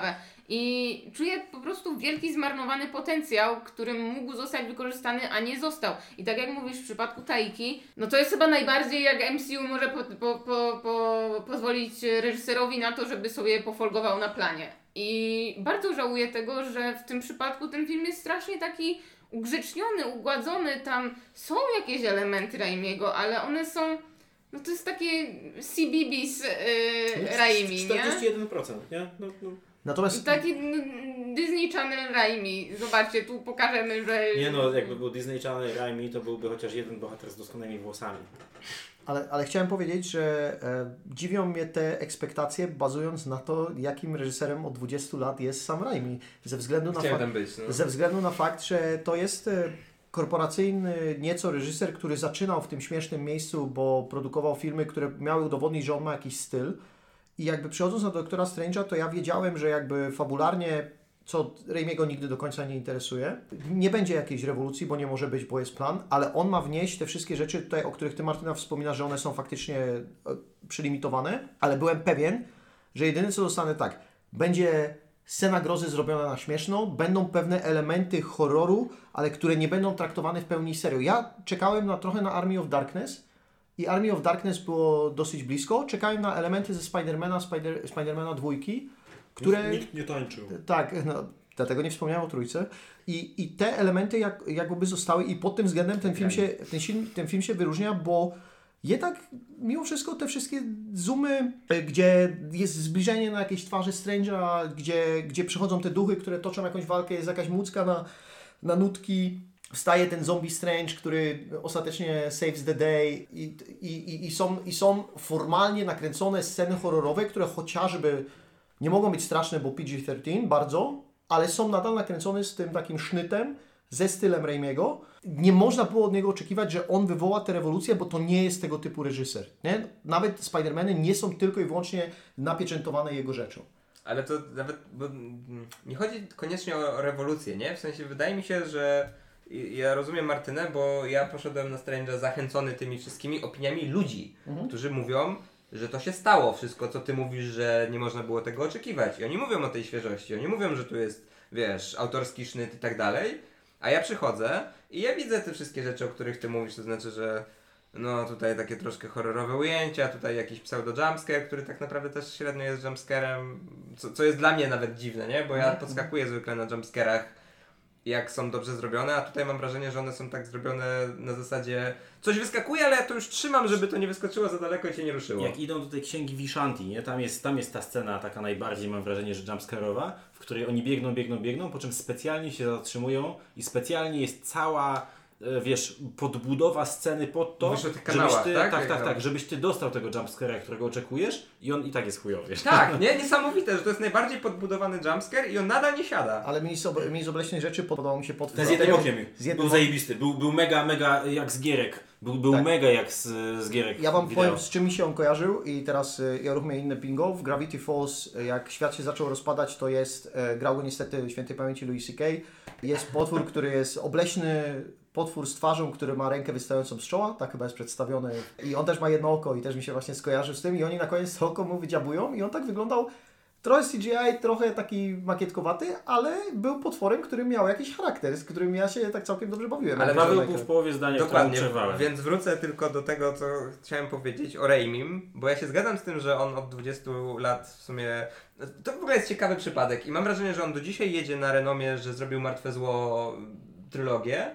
I czuję po prostu wielki zmarnowany potencjał, który mógł zostać wykorzystany, a nie został. I tak jak mówisz w przypadku Taiki, no to jest chyba najbardziej jak M C U może po, po, po, po, pozwolić reżyserowi na to, żeby sobie pofolgował na planie. I bardzo żałuję tego, że w tym przypadku ten film jest strasznie taki ugrzeczniony, ugładzony, tam są jakieś elementy Raimiego, ale one są, no to jest takie C B B z yy, Raimi, nie? czterdzieści jeden procent, nie? No, no. Natomiast... Taki no, Disney Channel Raimi. Zobaczcie, tu pokażemy, że... Nie no, jakby był Disney Channel Raimi, to byłby chociaż jeden bohater z doskonanymi włosami. Ale, ale chciałem powiedzieć, że e, dziwią mnie te ekspektacje, bazując na to, jakim reżyserem od dwudziestu lat jest Sam Raimi. Ze względu na, Chciałem fakt, tam być, no. ze względu na fakt, że to jest e, korporacyjny nieco reżyser, który zaczynał w tym śmiesznym miejscu, bo produkował filmy, które miały udowodnić, że on ma jakiś styl. I jakby przechodząc na Doktora Strange'a, to ja wiedziałem, że jakby fabularnie, co Raimiego nigdy do końca nie interesuje, nie będzie jakiejś rewolucji, bo nie może być, bo jest plan, ale on ma wnieść te wszystkie rzeczy tutaj, o których Ty, Martyna, wspominasz, że one są faktycznie e, przylimitowane, ale byłem pewien, że jedyne co dostanę tak, będzie scena grozy zrobiona na śmieszną, będą pewne elementy horroru, ale które nie będą traktowane w pełni serio. Ja czekałem na trochę na Army of Darkness, i Army of Darkness było dosyć blisko. Czekałem na elementy ze Spidermana, Spider, Spidermana dwójki, które... Nikt nie tańczył. Tak, no, dlatego nie wspomniałem o trójce. I, i te elementy jak, jakby zostały i pod tym względem ten film, się, ten, film, ten film się wyróżnia, bo jednak mimo wszystko te wszystkie zoomy, gdzie jest zbliżenie na jakieś twarze Strange'a, gdzie, gdzie przychodzą te duchy, które toczą jakąś walkę, jest jakaś mucka na, na nutki, wstaje ten zombie Strange, który ostatecznie saves the day i, i, i, są, i są formalnie nakręcone sceny horrorowe, które chociażby nie mogą być straszne, bo P G trzynaście bardzo, ale są nadal nakręcone z tym takim sznytem, ze stylem Raimiego. Nie można było od niego oczekiwać, że on wywoła tę rewolucję, bo to nie jest tego typu reżyser. Nie? Nawet Spider-Many nie są tylko i wyłącznie napieczętowane jego rzeczą. Ale to nawet, bo nie chodzi koniecznie o rewolucję, nie? W sensie wydaje mi się, że ja rozumiem Martynę, bo ja poszedłem na Strange'a zachęcony tymi wszystkimi opiniami ludzi, mhm. którzy mówią, że to się stało wszystko, co ty mówisz, że nie można było tego oczekiwać. I oni mówią o tej świeżości, oni mówią, że tu jest, wiesz, autorski sznyt i tak dalej, a ja przychodzę i ja widzę te wszystkie rzeczy, o których ty mówisz, to znaczy, że no tutaj takie troszkę horrorowe ujęcia, tutaj jakiś pseudo-jumpscare, który tak naprawdę też średnio jest jumpscarem, co, co jest dla mnie nawet dziwne, nie? Bo ja podskakuję zwykle na jumpscarach, jak są dobrze zrobione, a tutaj mam wrażenie, że one są tak zrobione na zasadzie coś wyskakuje, ale ja to już trzymam, żeby to nie wyskoczyło za daleko i się nie ruszyło. Jak idą do tej księgi Vishanti, nie? Tam jest, tam jest ta scena taka najbardziej, mam wrażenie, że jumpscare'owa, w której oni biegną, biegną, biegną, po czym specjalnie się zatrzymują i specjalnie jest cała, wiesz, podbudowa sceny pod to, żebyś ty, tak, tak, tak, tak, tak, żebyś ty dostał tego jumpscare'a, którego oczekujesz i on i tak jest chujowy. Tak, nie? Niesamowite, że to jest najbardziej podbudowany jumpscare i on nadal nie siada. Ale mi z, ob- mi z obleśnej rzeczy podobał mi się potwór. Ten z jednym okiem z jednym był zajebisty, był, był mega, mega jak z gierek. Był, był tak. mega jak z, z gierek. Ja wam wideo. powiem, z czym mi się on kojarzył i teraz y, ja róbmy inne bingo. W Gravity Falls, y, jak świat się zaczął rozpadać, to jest, y, grał go niestety świętej pamięci Louis C K. Jest potwór, który jest obleśny, potwór z twarzą, który ma rękę wystającą z czoła, tak chyba jest przedstawiony. I on też ma jedno oko i też mi się właśnie skojarzył z tym i oni na koniec to oko mu wydziabują i on tak wyglądał trochę C G I, trochę taki makietkowaty, ale był potworem, który miał jakiś charakter, z którym ja się tak całkiem dobrze bawiłem. Ale Paweł był w połowie zdania, dokładnie, przerwałem. Więc wrócę tylko do tego, co chciałem powiedzieć o Raimim, bo ja się zgadzam z tym, że on od dwudziestu lat w sumie... To w ogóle jest ciekawy przypadek i mam wrażenie, że on do dzisiaj jedzie na renomie, że zrobił Martwe Zło trylogię,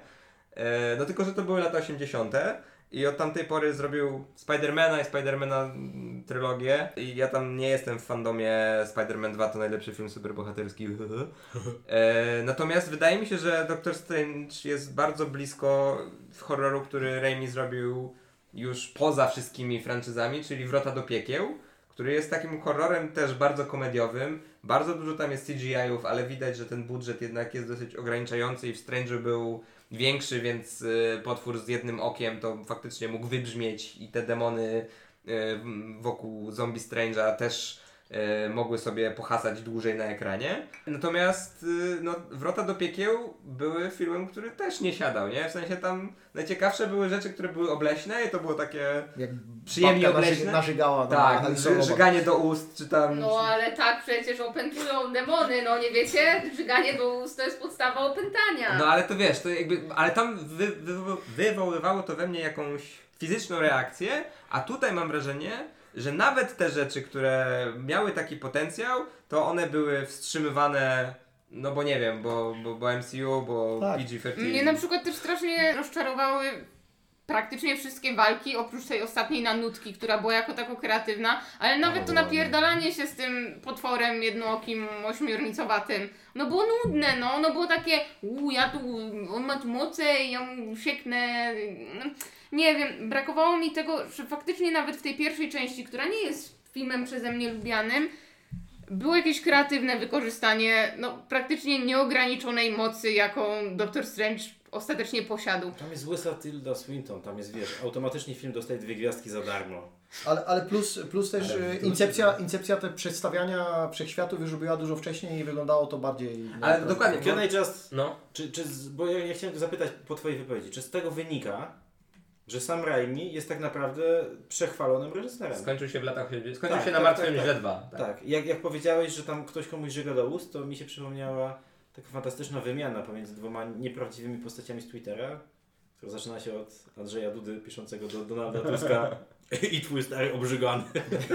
no tylko, że to były lata osiemdziesiąte. I od tamtej pory zrobił Spidermana i Spidermana trylogię. I ja tam nie jestem w fandomie Spider-Man dwa to najlepszy film superbohaterski. e, natomiast wydaje mi się, że Doctor Strange jest bardzo blisko horroru, który Raimi zrobił już poza wszystkimi franczyzami, czyli Wrota do piekieł, który jest takim horrorem też bardzo komediowym. Bardzo dużo tam jest C G I-ów, ale widać, że ten budżet jednak jest dosyć ograniczający i w Strange'u był większy, więc y, potwór z jednym okiem to faktycznie mógł wybrzmieć i te demony y, wokół Zombie Strange'a też e, mogły sobie pohasać dłużej na ekranie. Natomiast e, no, Wrota do piekieł były filmem, który też nie siadał, nie? W sensie tam najciekawsze były rzeczy, które były obleśne i to było takie Jak przyjemnie babka obleśne. narzy- narzygała na Tak, Alison ży- żyganie do ust, czy tam... No ale tak przecież opętują demony, no nie wiecie? Żyganie do ust to jest podstawa opętania. No ale to wiesz, to jakby, ale tam wy, wy, wywoływało to we mnie jakąś fizyczną reakcję, a tutaj mam wrażenie, że nawet te rzeczy, które miały taki potencjał, to one były wstrzymywane, no bo nie wiem, bo, bo, bo M C U, bo Tak. P G trzynaście. Mnie na przykład też strasznie rozczarowały praktycznie wszystkie walki, oprócz tej ostatniej na nutki, która była jako tako kreatywna, ale nawet No, to była, napierdalanie się z tym potworem jednookim, ośmiornicowatym, no było nudne, no, no było takie, uuu, ja tu, on ma tu moce i ja mu sieknę, no, nie wiem, brakowało mi tego, że faktycznie nawet w tej pierwszej części, która nie jest filmem przeze mnie lubianym, było jakieś kreatywne wykorzystanie, no, praktycznie nieograniczonej mocy, jaką Doctor Strange ostatecznie posiadł. Tam jest łysa Tilda Swinton, tam jest, wiesz, automatycznie film dostaje dwie gwiazdki za darmo. Ale, ale plus, plus też Ale e, to- incepcja, incepcja te przedstawiania wszechświatów już była dużo wcześniej i wyglądało to bardziej... Ale no, dokładnie, bo, Can I just... no. Czy, czy z, bo ja, ja chciałem zapytać po twojej wypowiedzi, czy z tego wynika, że Sam Raimi jest tak naprawdę przechwalonym reżyserem? Skończył się w latach, skończył Tak, się na tak, Martwym tak, tak. Źle dwa. Tak, tak. Jak, jak powiedziałeś, że tam ktoś komuś żyga do ust, to mi się przypomniała taka fantastyczna wymiana pomiędzy dwoma nieprawdziwymi postaciami z Twittera, która zaczyna się od Andrzeja Dudy piszącego do Donalda Tuska i twój stary obrzygany.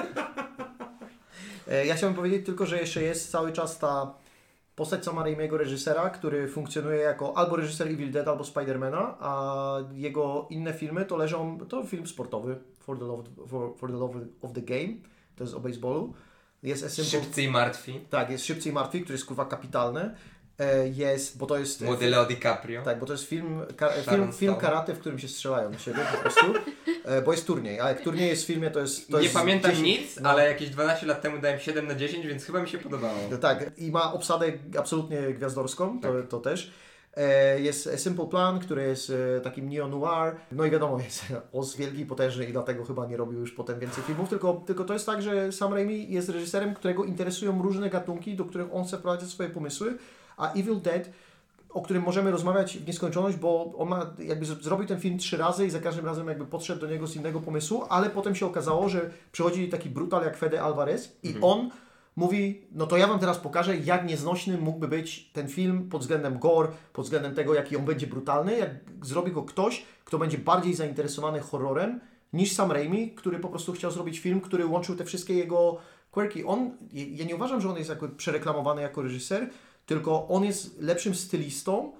E, Ja chciałbym powiedzieć tylko, że jeszcze jest cały czas ta postać Sama Raimiego, reżysera, który funkcjonuje jako albo reżyser Evil Dead, albo Spidermana, a jego inne filmy to leżą, to film sportowy, For the Love, for, for the love of the Game, to jest o baseballu. Jest A Simple, Szybcy i martwi. tak, jest Szybcy i Martwi, który jest kurwa kapitalny. E, Jest, bo to jest... Młody Leo DiCaprio. Tak, bo to jest film, ka, film, Sharon film Stone. karate, w którym się strzelają do siebie po prostu, e, bo jest turniej, a jak turniej jest w filmie, to jest... To Nie jest pamiętam dziesięć nic, no. ale jakieś dwanaście lat temu dałem siedem na dziesięć, więc chyba mi się podobało. No tak, i ma obsadę absolutnie gwiazdorską, to, to też. E, Jest A Simple Plan, który jest e, takim neo-noir. No i wiadomo, jest Oz wielki i potężny i dlatego chyba nie robił już potem więcej filmów, tylko, tylko to jest tak, że Sam Raimi jest reżyserem, którego interesują różne gatunki, do których on chce wprowadzić swoje pomysły, a Evil Dead, o którym możemy rozmawiać w nieskończoność, bo on ma, jakby z- zrobił ten film trzy razy i za każdym razem jakby podszedł do niego z innego pomysłu, ale potem się okazało, że przychodzi taki brutal jak Fede Alvarez i on mówi, no to ja wam teraz pokażę, jak nieznośny mógłby być ten film pod względem gore, pod względem tego, jaki on będzie brutalny, jak zrobi go ktoś, kto będzie bardziej zainteresowany horrorem niż Sam Raimi, który po prostu chciał zrobić film, który łączył te wszystkie jego quirki. On, ja nie uważam, że on jest jakby przereklamowany jako reżyser, tylko on jest lepszym stylistą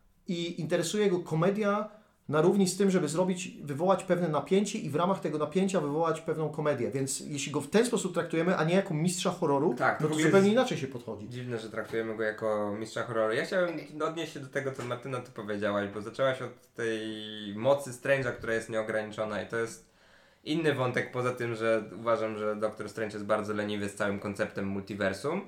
i interesuje go komedia na równi z tym, żeby zrobić, wywołać pewne napięcie i w ramach tego napięcia wywołać pewną komedię. Więc jeśli go w ten sposób traktujemy, a nie jako mistrza horroru, Tak, no to to zupełnie jest- inaczej się podchodzi. Dziwne, że traktujemy go jako mistrza horroru. Ja chciałem odnieść się do tego, co Martyna ty powiedziałaś, bo zaczęłaś od tej mocy Strange'a, która jest nieograniczona i to jest inny wątek, poza tym, że uważam, że Doctor Strange jest bardzo leniwy z całym konceptem multiversum,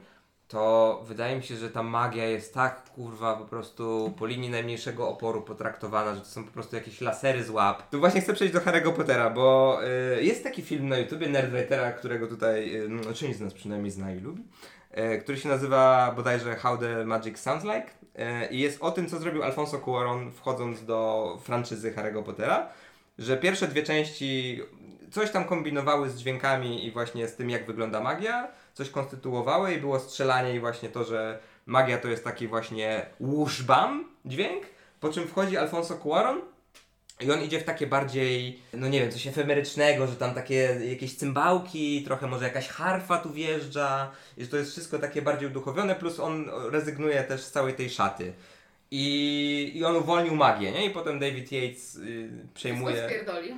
to wydaje mi się, że ta magia jest tak, kurwa, po prostu po linii najmniejszego oporu potraktowana, że to są po prostu jakieś lasery z łap. Tu właśnie chcę przejść do Harry'ego Pottera, bo y, jest taki film na YouTubie Nerdwritera, którego tutaj y, no, część z nas przynajmniej zna i lubi, y, który się nazywa bodajże How the Magic Sounds Like y, i jest o tym, co zrobił Alfonso Cuarón wchodząc do franczyzy Harry'ego Pottera, że pierwsze dwie części coś tam kombinowały z dźwiękami i właśnie z tym, jak wygląda magia, coś konstytuowały i było strzelanie i właśnie to, że magia to jest taki właśnie łuszbam dźwięk, po czym wchodzi Alfonso Cuarón i on idzie w takie bardziej, no nie wiem, coś efemerycznego, że tam takie jakieś cymbałki, trochę może jakaś harfa tu wjeżdża i że to jest wszystko takie bardziej uduchowione, plus on rezygnuje też z całej tej szaty. I, i on uwolnił magię, nie? I potem David Yates y, przejmuje... Wszystko spierdolił.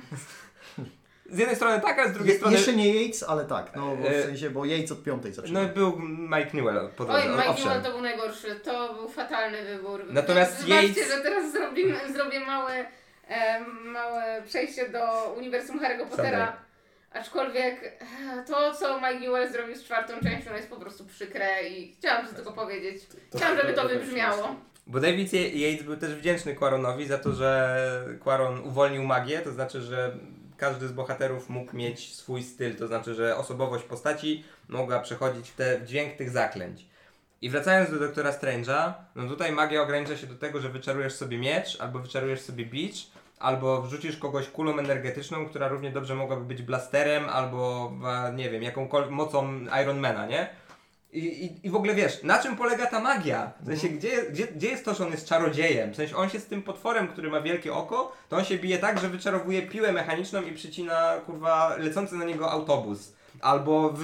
Z jednej strony tak, a z drugiej Je, strony... jeszcze nie Yates, ale tak, no bo w E, sensie, bo Yates od piątej zaczyna. No był Mike Newell po Oj, drodze, Mike owszem. Newell to był najgorszy. To był fatalny wybór. Natomiast Zobaczcie, Yates- że teraz zrobimy, zrobię małe, e, małe przejście do uniwersum Harry'ego Pottera. Aczkolwiek e, to, co Mike Newell zrobił z czwartą częścią jest po prostu przykre i chciałam to tylko powiedzieć. Chciałam, żeby to wybrzmiało. Bo David Yates był też wdzięczny Cuaronowi za to, że Cuarón uwolnił magię, to znaczy, że każdy z bohaterów mógł mieć swój styl, to znaczy, że osobowość postaci mogła przechodzić w, te, w dźwięk tych zaklęć. I wracając do Doktora Strange'a, no tutaj magia ogranicza się do tego, że wyczarujesz sobie miecz, albo wyczarujesz sobie beach, albo wrzucisz kogoś kulą energetyczną, która równie dobrze mogłaby być blasterem, albo nie wiem, jakąkolwiek mocą Ironmana, nie? I, i, I w ogóle wiesz, na czym polega ta magia? W sensie, gdzie, gdzie, gdzie jest to, że on jest czarodziejem? W sensie, on się z tym potworem, który ma wielkie oko, to on się bije tak, że wyczarowuje piłę mechaniczną i przycina, kurwa, lecący na niego autobus. Albo w,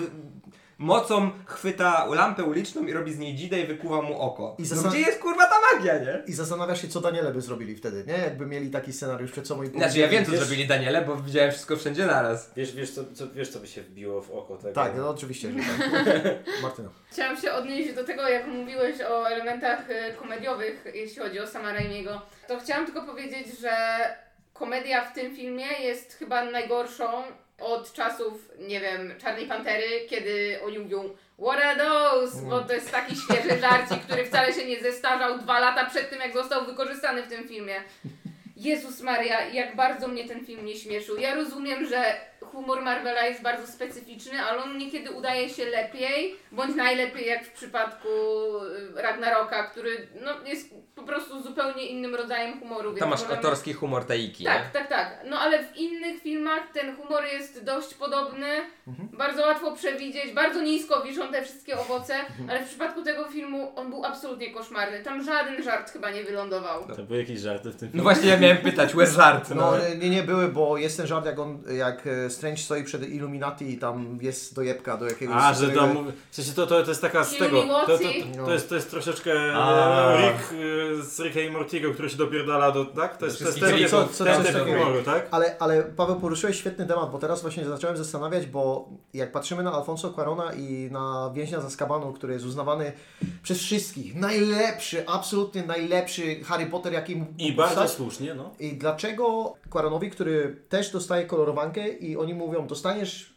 mocą chwyta lampę uliczną i robi z niej dzidę i wykuwa mu oko. I zastan- no gdzie jest, kurwa, ta magia, nie? I zastanawiasz się, co Daniele by zrobili wtedy, nie? Jakby mieli taki scenariusz przed sobą i Znaczy, ja wiem, co wiesz... zrobili Daniele, bo widziałem wszystko wszędzie naraz. Wiesz, wiesz, co, co, wiesz co by się wbiło w oko tego? Tak, no oczywiście, że tak. Martyna. Chciałam się odnieść do tego, jak mówiłeś o elementach komediowych, jeśli chodzi o Sama Raimiego. To chciałam tylko powiedzieć, że komedia w tym filmie jest chyba najgorszą od czasów, nie wiem, Czarnej Pantery, kiedy oni mówią what are those? Bo to jest taki świeży żarcik, który wcale się nie zestarzał dwa lata przed tym, jak został wykorzystany w tym filmie. Jezus Maria, jak bardzo mnie ten film nie śmieszył. Ja rozumiem, że humor Marvela jest bardzo specyficzny, ale on niekiedy udaje się lepiej, bądź najlepiej jak w przypadku Ragnaroka, który no, jest po prostu zupełnie innym rodzajem humoru. Tam masz możemy... autorski humor Taiki, Tak, nie? tak, tak. No ale w innych filmach ten humor jest dość podobny, mhm. bardzo łatwo przewidzieć, bardzo nisko wiszą te wszystkie owoce, mhm. ale w przypadku tego filmu on był absolutnie koszmarny. Tam żaden żart chyba nie wylądował. To były jakieś żarty w tym filmie? No właśnie ja miałem pytać, where's żart? No, no nie, nie były, bo jest ten żart, jak on, jak Strange stoi przed Illuminati i tam jest dojebka do jakiegoś... A, że tam mówi... W sensie to, to, to jest taka z tego... To, to, to, to, jest, to jest troszeczkę A. Rick z Ricka i Mortiego, który się dopierdala do... Tak? To jest, to jest ten, co, co, ten typ humoru, tak? Ale, ale Paweł, poruszyłeś świetny temat, bo teraz właśnie zacząłem zastanawiać, bo jak patrzymy na Alfonso Cuarona i na Więźnia z Azkabanu, który jest uznawany przez wszystkich najlepszy, absolutnie najlepszy Harry Potter, jaki mógł I powstać. Bardzo słusznie, no. I dlaczego Cuaronowi, który też dostaje kolorowankę i oni mówią, dostaniesz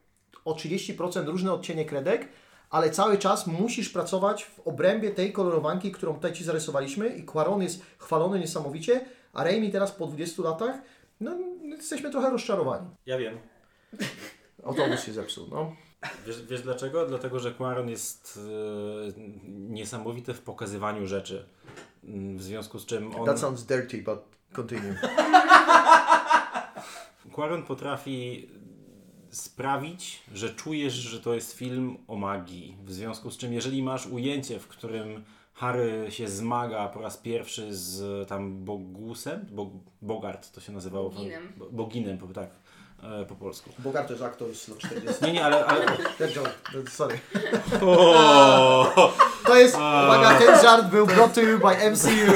o trzydzieści procent różne odcienie kredek, ale cały czas musisz pracować w obrębie tej kolorowanki, którą tutaj Ci zarysowaliśmy i Cuaron jest chwalony niesamowicie, a Raimi teraz po dwudziestu latach, no jesteśmy trochę rozczarowani. Ja wiem. Autobus się zepsuł, no. Wiesz, wiesz dlaczego? Dlatego, że Cuaron jest e, niesamowity w pokazywaniu rzeczy. W związku z czym on... That sounds dirty, but continue. Cuaron potrafi sprawić, że czujesz, że to jest film o magii. W związku z czym, jeżeli masz ujęcie, w którym Harry się zmaga po raz pierwszy z tam Bogusem, Bo, Bogart to się nazywało. Boginem. Bo, Boginem, tak, e, po polsku. Bogart to jest aktor z lat czterdziestych. Nie, nie, ale... ale... Sorry. O! To jest, uwaga, ten żart był brought to you by M C U.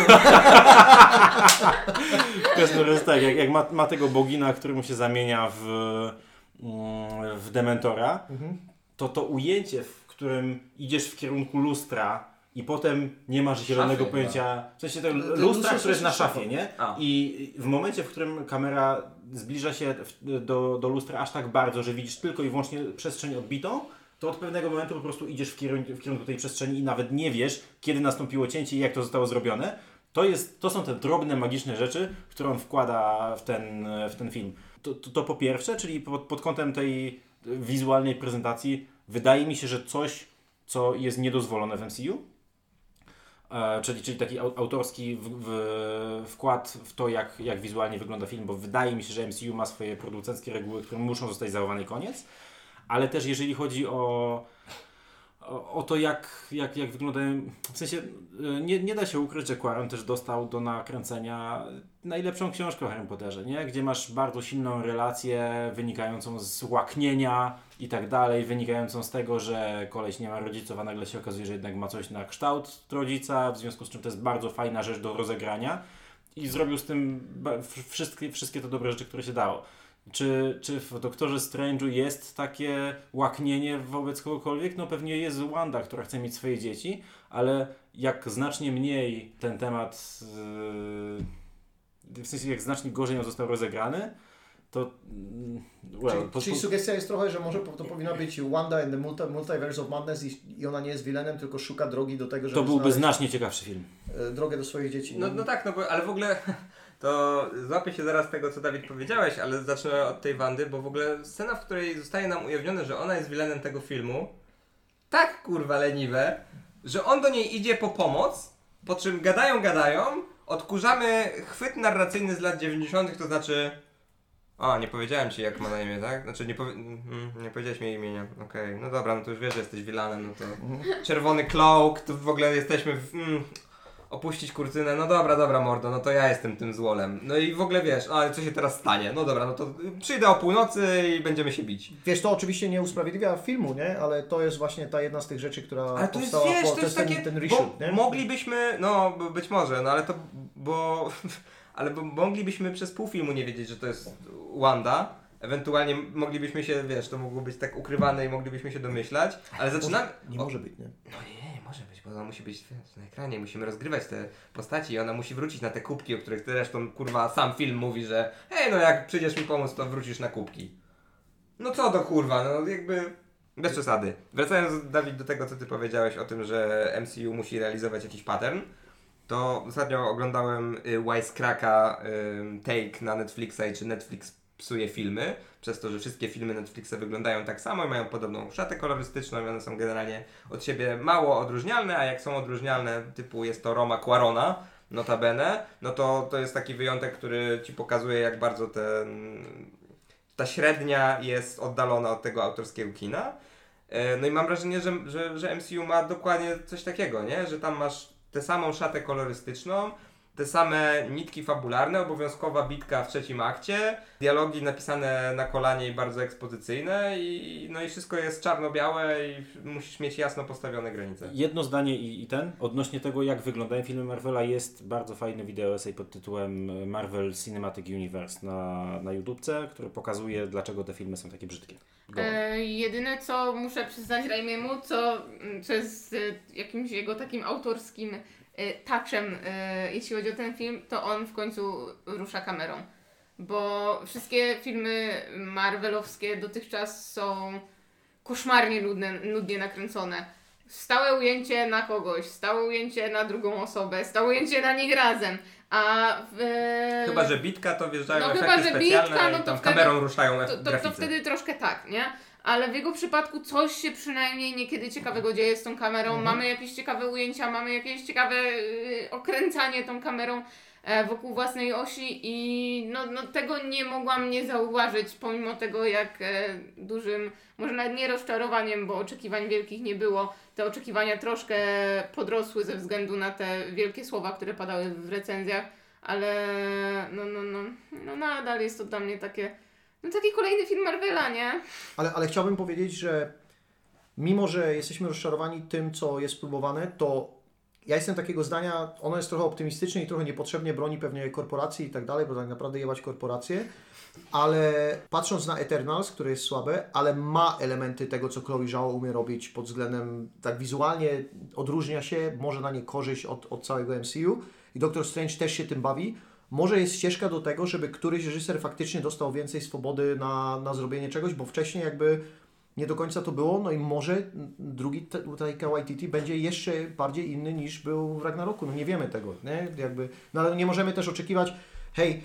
To jest tak, jak, jak ma, ma tego Bogina, który mu się zamienia w, w Dementora, mhm. to to ujęcie, w którym idziesz w kierunku lustra i potem nie masz zielonego szafy, pojęcia, no. W sensie tego lustra, które jest na szafie, nie? A. I w momencie, w którym kamera zbliża się do, do lustra aż tak bardzo, że widzisz tylko i wyłącznie przestrzeń odbitą, to od pewnego momentu po prostu idziesz w kierunku, w kierunku tej przestrzeni i nawet nie wiesz, kiedy nastąpiło cięcie i jak to zostało zrobione. To, jest, to są te drobne, magiczne rzeczy, które on wkłada w ten, w ten film. To, to, to po pierwsze, czyli pod, pod kątem tej wizualnej prezentacji, wydaje mi się, że coś, co jest niedozwolone w M C U, e, czyli, czyli taki autorski w, w, wkład w to, jak, jak wizualnie wygląda film, bo wydaje mi się, że M C U ma swoje producenckie reguły, które muszą zostać zachowane i koniec, ale też jeżeli chodzi o O, o to, jak, jak, jak wyglądają... W sensie, nie, nie da się ukryć, że Cuaron też dostał do nakręcenia najlepszą książkę o Harry Potterze, nie? Gdzie masz bardzo silną relację wynikającą z łaknienia i tak dalej, wynikającą z tego, że koleś nie ma rodziców, a nagle się okazuje, że jednak ma coś na kształt rodzica, w związku z czym to jest bardzo fajna rzecz do rozegrania i zrobił z tym wszystkie, wszystkie te dobre rzeczy, które się dało. Czy, czy w Doktorze Strange'u jest takie łaknienie wobec kogokolwiek? No pewnie jest Wanda, która chce mieć swoje dzieci, ale jak znacznie mniej ten temat, yy, w sensie jak znacznie gorzej on został rozegrany, to... Well, czyli, po, czyli sugestia jest trochę, że może to powinna być Wanda in the multi, Multiverse of Madness i, i ona nie jest villainem, tylko szuka drogi do tego, żeby to byłby znacznie ciekawszy film. Drogę do swoich dzieci. No, no tak, no bo, ale w ogóle... to złapię się zaraz tego, co Dawid powiedziałeś, ale zacznę od tej Wandy, bo w ogóle scena, w której zostaje nam ujawnione, że ona jest vilanem tego filmu, tak kurwa leniwe, że on do niej idzie po pomoc, po czym gadają, gadają, odkurzamy chwyt narracyjny z lat dziewięćdziesiątych, to znaczy... O, nie powiedziałem ci jak ma na imię, tak? Znaczy nie, powie... mm, nie powiedziałeś mi imienia, okej, okay. No dobra, no to już wiesz, że jesteś vilanem, no to... Czerwony cloak, to w ogóle jesteśmy w... Mm, opuścić kurtynę, no dobra, dobra mordo, no to ja jestem tym złolem. No i w ogóle wiesz, ale co się teraz stanie? No dobra, no to przyjdę o północy i będziemy się bić. Wiesz, to oczywiście nie usprawiedliwia filmu, nie? Ale to jest właśnie ta jedna z tych rzeczy, która ale to powstała jest, wiesz, po to jest ten, takie, ten reshoot, bo nie? moglibyśmy, no być może, no ale to, bo... Ale bo moglibyśmy przez pół filmu nie wiedzieć, że to jest Wanda. Ewentualnie moglibyśmy się, wiesz, to mogło być tak ukrywane i moglibyśmy się domyślać, ale zaczynamy... Nie o... może być, nie? No nie, nie, nie może być, bo ona musi być, wiesz, na ekranie, musimy rozgrywać te postaci i ona musi wrócić na te kubki, o których zresztą, kurwa, sam film mówi, że hej, no jak przyjdziesz mi pomóc, to wrócisz na kubki. No co to kurwa, no jakby... Bez przesady. Wracając, Dawid, do tego, co ty powiedziałeś o tym, że M C U musi realizować jakiś pattern, to ostatnio oglądałem y, Wisecracka y, take na Netflixa i czy Netflix psuje filmy, przez to, że wszystkie filmy Netflixa wyglądają tak samo i mają podobną szatę kolorystyczną i one są generalnie od siebie mało odróżnialne, a jak są odróżnialne, typu jest to Roma Quarona, notabene, no to to jest taki wyjątek, który ci pokazuje, jak bardzo ten, ta średnia jest oddalona od tego autorskiego kina. No i mam wrażenie, że, że, że M C U ma dokładnie coś takiego, nie? Że tam masz tę samą szatę kolorystyczną, te same nitki fabularne, obowiązkowa bitka w trzecim akcie, dialogi napisane na kolanie i bardzo ekspozycyjne i no i wszystko jest czarno-białe i musisz mieć jasno postawione granice. Jedno zdanie i, i ten, odnośnie tego jak wyglądają filmy Marvela, jest bardzo fajny wideo essay pod tytułem Marvel Cinematic Universe na, na YouTubce, który pokazuje, dlaczego te filmy są takie brzydkie. E, jedyne co muszę przyznać Raimiemu, co, co jest e, jakimś jego takim autorskim e, touchem, e, jeśli chodzi o ten film, to on w końcu rusza kamerą. Bo wszystkie filmy marvelowskie dotychczas są koszmarnie nudne, nudnie nakręcone. Stałe ujęcie na kogoś, stałe ujęcie na drugą osobę, stałe ujęcie na nich razem. A w, e... Chyba, że bitka, to wjeżdżają no, efekty chyba, że specjalne bitka, no i tam to wtedy, kamerą ruszają to, to, graficy. to wtedy troszkę tak, nie? Ale w jego przypadku coś się przynajmniej niekiedy ciekawego dzieje z tą kamerą. Mhm. Mamy jakieś ciekawe ujęcia, mamy jakieś ciekawe y, okręcanie tą kamerą e, wokół własnej osi i no, no tego nie mogłam nie zauważyć, pomimo tego jak e, dużym, może nawet nie rozczarowaniem, bo oczekiwań wielkich nie było. Te oczekiwania troszkę podrosły ze względu na te wielkie słowa, które padały w recenzjach, ale no, no, no, no nadal jest to dla mnie takie, no taki kolejny film Marvela, nie? Ale, ale chciałbym powiedzieć, że mimo, że jesteśmy rozczarowani tym, co jest próbowane, to ja jestem takiego zdania, ono jest trochę optymistyczne i trochę niepotrzebnie broni pewnie korporacji i tak dalej, bo tak naprawdę jebać korporacje, ale patrząc na Eternals, które jest słabe, ale ma elementy tego, co Chloe Zhao umie robić pod względem, tak wizualnie odróżnia się, może na nie korzyść od, od całego M C U i Doctor Strange też się tym bawi. Może jest ścieżka do tego, żeby któryś reżyser faktycznie dostał więcej swobody na, na zrobienie czegoś, bo wcześniej jakby nie do końca to było, no i może drugi Taika Waititi będzie jeszcze bardziej inny niż był w Ragnaroku, no nie wiemy tego, nie? Jakby, no ale nie możemy też oczekiwać, hej,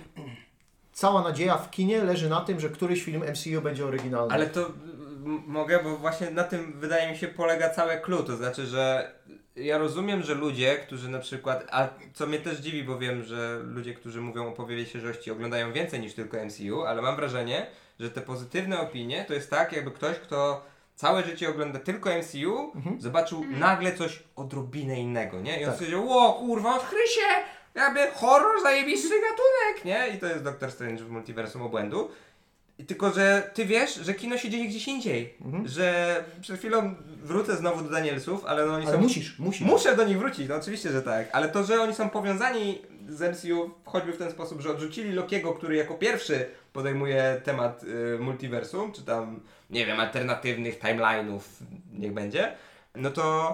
cała nadzieja w kinie leży na tym, że któryś film M C U będzie oryginalny. Ale to m- mogę, bo właśnie na tym wydaje mi się polega całe clue, to znaczy, że ja rozumiem, że ludzie, którzy na przykład, a co mnie też dziwi, bo wiem, że ludzie, którzy mówią o powiewie świeżości oglądają więcej niż tylko M C U, ale mam wrażenie, że te pozytywne opinie to jest tak, jakby ktoś, kto całe życie ogląda tylko M C U, mhm. zobaczył mhm. nagle coś odrobinę innego, nie? I on tak. sobie powiedział, ło kurwa, odkryj się! Jakby horror, zajebisty gatunek, nie? I to jest Doctor Strange w multiversum obłędu. I tylko, że ty wiesz, że kino się dzieje gdzieś indziej. Mhm. Że przed chwilą wrócę znowu do Danielsów, ale no oni ale są... musisz, musisz. Muszę do nich wrócić, no oczywiście, że tak. Ale to, że oni są powiązani z M C U choćby w ten sposób, że odrzucili Lokiego, który jako pierwszy podejmuje temat y, multiversum, czy tam, nie wiem, alternatywnych timeline'ów, niech będzie, no to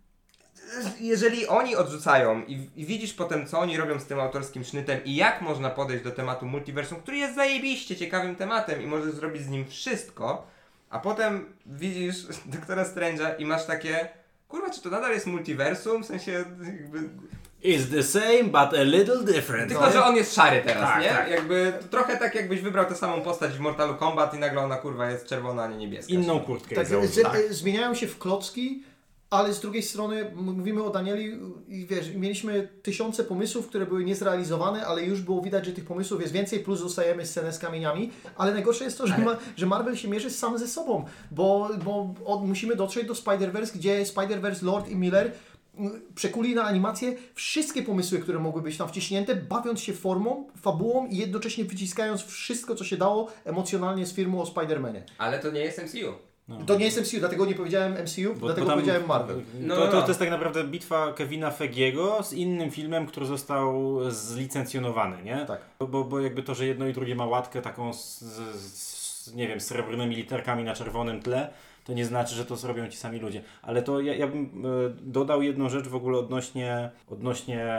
jeżeli oni odrzucają i, i widzisz potem, co oni robią z tym autorskim sznytem i jak można podejść do tematu multiversum, który jest zajebiście ciekawym tematem i możesz zrobić z nim wszystko, a potem widzisz Doktora Strange'a i masz takie, kurwa, czy to nadal jest multiversum? W sensie jakby... Is the same, but a little different. Tylko, że on jest szary teraz, Tak, nie? tak. Jakby trochę tak jakbyś wybrał tę samą postać w Mortalu Kombat i nagle ona kurwa jest czerwona, a nie niebieska. Inną kurtkę Tak, założył. z, tak. Zmieniają się w klocki, ale z drugiej strony m- mówimy o Danieli i wiesz, mieliśmy tysiące pomysłów, które były niezrealizowane, ale już było widać, że tych pomysłów jest więcej, plus zostajemy scenę z kamieniami, ale najgorsze jest to, że, ma, że Marvel się mierzy sam ze sobą, bo, bo od, musimy dotrzeć do Spider-Verse, gdzie Spider-Verse, Lord i Miller przekuli na animację wszystkie pomysły, które mogły być tam wciśnięte, bawiąc się formą, fabułą i jednocześnie wyciskając wszystko, co się dało emocjonalnie z filmu o Spider-Manie. Ale to nie jest M C U. No. To nie jest M C U, dlatego nie powiedziałem M C U, Bo- dlatego bo tam- powiedziałem Marvel. No, to, to, no. to jest tak naprawdę bitwa Kevina Feigiego z innym filmem, który został zlicencjonowany, nie? Tak. Bo, bo, bo jakby to, że jedno i drugie ma łatkę taką z, z, z nie wiem, z srebrnymi literkami na czerwonym tle, to nie znaczy, że to zrobią ci sami ludzie. Ale to ja, ja bym e, dodał jedną rzecz w ogóle odnośnie, odnośnie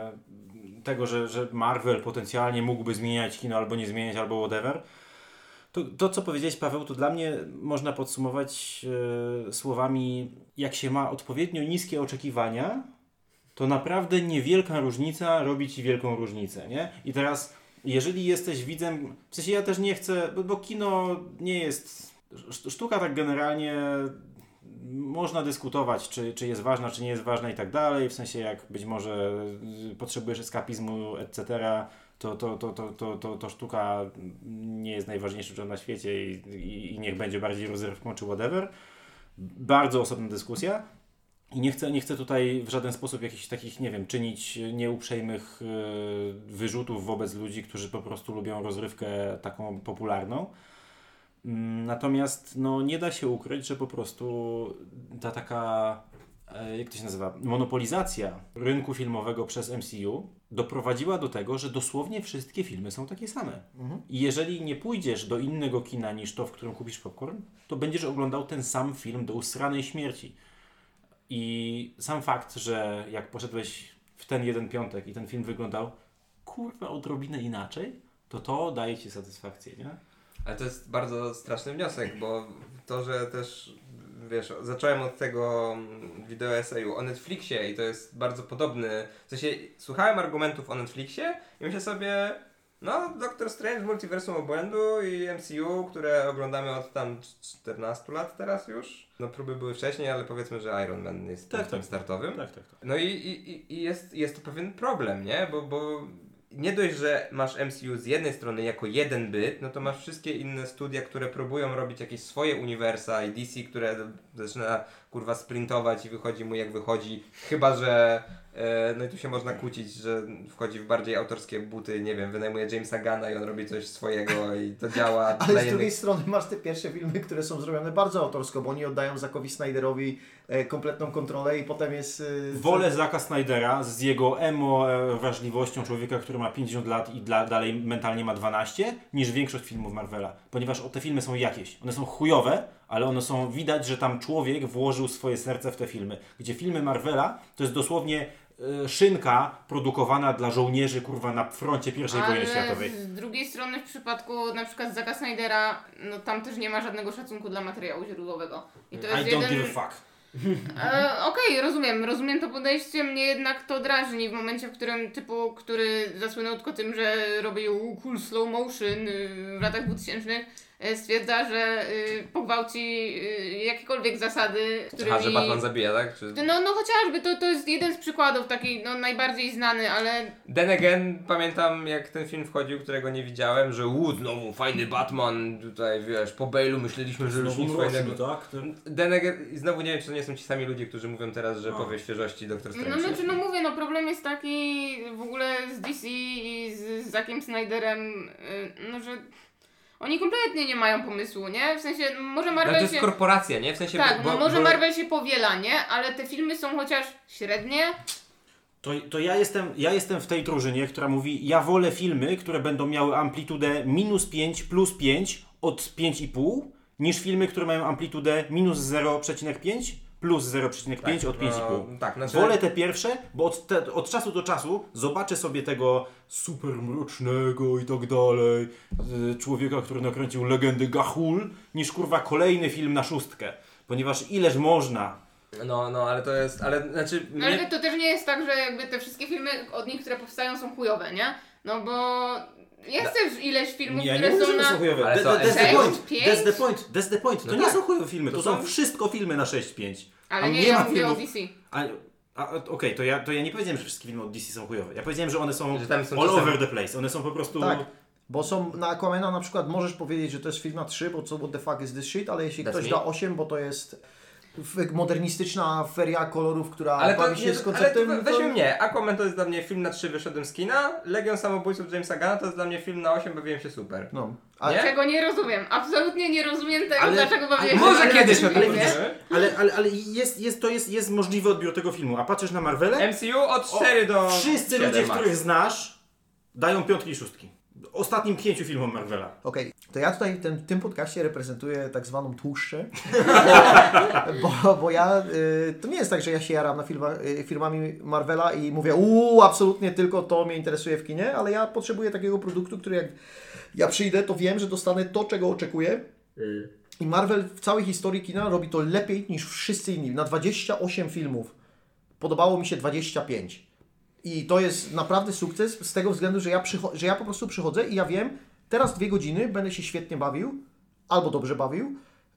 tego, że, że Marvel potencjalnie mógłby zmieniać kino albo nie zmieniać, albo whatever. To, to, co powiedziałeś, Paweł, to dla mnie można podsumować e, słowami, jak się ma odpowiednio niskie oczekiwania, to naprawdę niewielka różnica robi ci wielką różnicę, nie? I teraz, jeżeli jesteś widzem, w sensie ja też nie chcę, bo, bo kino nie jest, sz- sztuka tak generalnie można dyskutować, czy, czy jest ważna, czy nie jest ważna i tak dalej, w sensie jak być może y, potrzebujesz eskapizmu, et cetera, to, to, to, to, to, to, to sztuka nie jest najważniejszą rzeczą na świecie i, i, i niech będzie bardziej rozrywką czy whatever. Bardzo osobna dyskusja. I nie chcę, nie chcę tutaj w żaden sposób jakichś takich, nie wiem, czynić nieuprzejmych yy, wyrzutów wobec ludzi, którzy po prostu lubią rozrywkę taką popularną. Mm, Natomiast no, nie da się ukryć, że po prostu ta taka, e, jak to się nazywa, monopolizacja rynku filmowego przez M C U doprowadziła do tego, że dosłownie wszystkie filmy są takie same. Mhm. I jeżeli nie pójdziesz do innego kina niż to, w którym kupisz popcorn, to będziesz oglądał ten sam film do usranej śmierci. I sam fakt, że jak poszedłeś w ten jeden piątek i ten film wyglądał kurwa odrobinę inaczej, to to daje ci satysfakcję, nie? Ale to jest bardzo straszny wniosek, bo to, że też, wiesz, zacząłem od tego wideo eseju o Netflixie i to jest bardzo podobny, w sensie słuchałem argumentów o Netflixie i myślę sobie, no Doctor Strange, Multiversum Obłędu i M C U, które oglądamy od tam czternastu lat teraz już. No próby były wcześniej, ale powiedzmy, że Iron Man jest Tak, punktem tak. startowym. Tak, tak, tak. No i, i, i jest, jest to pewien problem, nie? Bo, bo nie dość, że masz M C U z jednej strony jako jeden byt, no to masz wszystkie inne studia, które próbują robić jakieś swoje uniwersa i D C, które zaczyna kurwa sprintować i wychodzi mu jak wychodzi. Chyba, że e, no i tu się można kłócić, że wchodzi w bardziej autorskie buty, nie wiem, wynajmuje Jamesa Gunna i on robi coś swojego i to działa. Ale dla z drugiej jednych... strony masz te pierwsze filmy, które są zrobione bardzo autorsko, bo oni oddają Zackowi Snyderowi e, kompletną kontrolę i potem jest... E, Wolę Zacka Snydera z jego emo e, wrażliwością człowieka, który ma pięćdziesiąt lat i dla, dalej mentalnie ma dwanaście, niż większość filmów Marvela. Ponieważ o, te filmy są jakieś. One są chujowe, ale one są, widać, że tam człowiek włożył swoje serce w te filmy. Gdzie filmy Marvela to jest dosłownie e, szynka produkowana dla żołnierzy, kurwa, na froncie pierwszej Ale wojny światowej. z drugiej strony w przypadku na przykład Zacka Snydera, no tam też nie ma żadnego szacunku dla materiału źródłowego. I to I jest don't jeden... give a fuck. E, Okej, rozumiem, rozumiem to podejście, mnie jednak to drażni w momencie, w którym typu, który zasłynął tylko tym, że robił cool slow motion y, w latach dwutysięcznych, y, stwierdza, że y, pogwałci y, jakiekolwiek zasady, którymi... Aha, że Batman zabija, tak? Czy... No, no chociażby, to, to jest jeden z przykładów, taki no, najbardziej znany, ale Then again, pamiętam jak ten film wchodził, którego nie widziałem, że u, znowu fajny Batman, tutaj wiesz, po Bale'u myśleliśmy, że już nic fajnego. tak? Then again, i znowu nie wiem, czy to nie są ci sami ludzie, którzy mówią teraz, że No. powie świeżości Doktor Strange. no znaczy no mówię, no problem jest taki w ogóle z D C i z, z Zackiem Snyderem, y, no że oni kompletnie nie mają pomysłu, nie? W sensie, może Ale Marvel to jest się... korporacja, nie? W sensie, Tak, bo, no może bo... Marvel się powiela, nie? Ale te filmy są chociaż średnie. To, to ja, jestem, ja jestem w tej drużynie, która mówi, ja wolę filmy, które będą miały amplitudę minus pięć plus pięć od pięć i pół, niż filmy, które mają amplitudę minus zero przecinek pięć plus zero przecinek pięć od pięć i pół. No, tak, znaczy... Wolę te pierwsze, bo od, te, od czasu do czasu zobaczę sobie tego super mrocznego i tak dalej y, człowieka, który nakręcił legendy Gahul, niż kurwa kolejny film na szóstkę. Ponieważ ileż można No, no, ale to jest, ale znaczy... Ale mnie... to też nie jest tak, że jakby te wszystkie filmy od nich, które powstają, są chujowe, nie? No bo jest też ileś filmów, Ja nie które mówię, są że na... są chujowe. Ale That- co, that- That's the sześć, point. pięć? That's the point. That's the point. To No nie tak. są chujowe filmy, to, To są są- wszystko filmy na sześć pięć. Ale A nie, nie ja ma mówię filmów- o D C. A, a okej, to, ja, to ja nie powiedziałem, że wszystkie filmy od D C są chujowe. Ja powiedziałem, że one są, Że tam są all czasem- over the place. One są po prostu... Tak, bo są na Aquamana na przykład możesz powiedzieć, że to jest film na trzy, bo co what the fuck is this shit, ale jeśli That's ktoś me. da osiem, bo to jest f- modernistyczna feria kolorów, która Ale to, bawi się nie, z ale konceptem... to weźmy mnie, Aquaman to jest dla mnie film na trzy, wyszedłem z kina, Legion Samobójców Jamesa Gunna to jest dla mnie film na osiem, bawiłem się super. No. A, Nie? Czego nie rozumiem. Absolutnie nie rozumiem tego, Ale- dlaczego bawię ale się może na kiedyś tym o tym filmie. powiemy. Ale, ale, ale jest, jest, to jest, jest możliwy odbiór tego filmu. A patrzysz na Marvelę? M C U od cztery do Wszyscy siedem ludzie, max. których znasz, dają piątki i szóstki. Ostatnim pięciu filmom Marvela. Okej, to ja tutaj ten, w tym podcaście reprezentuję tak zwaną tłuszczę, bo, bo, bo ja, y, to nie jest tak, że ja się jaram na filma, y, filmami Marvela i mówię, uuu, absolutnie tylko to mnie interesuje w kinie, ale ja potrzebuję takiego produktu, który jak ja przyjdę, to wiem, że dostanę to, czego oczekuję. I Marvel w całej historii kina robi to lepiej niż wszyscy inni. Na dwadzieścia osiem filmów podobało mi się dwadzieścia pięć. I to jest naprawdę sukces z tego względu, że ja, przycho- że ja po prostu przychodzę i ja wiem, teraz dwie godziny będę się świetnie bawił, albo dobrze bawił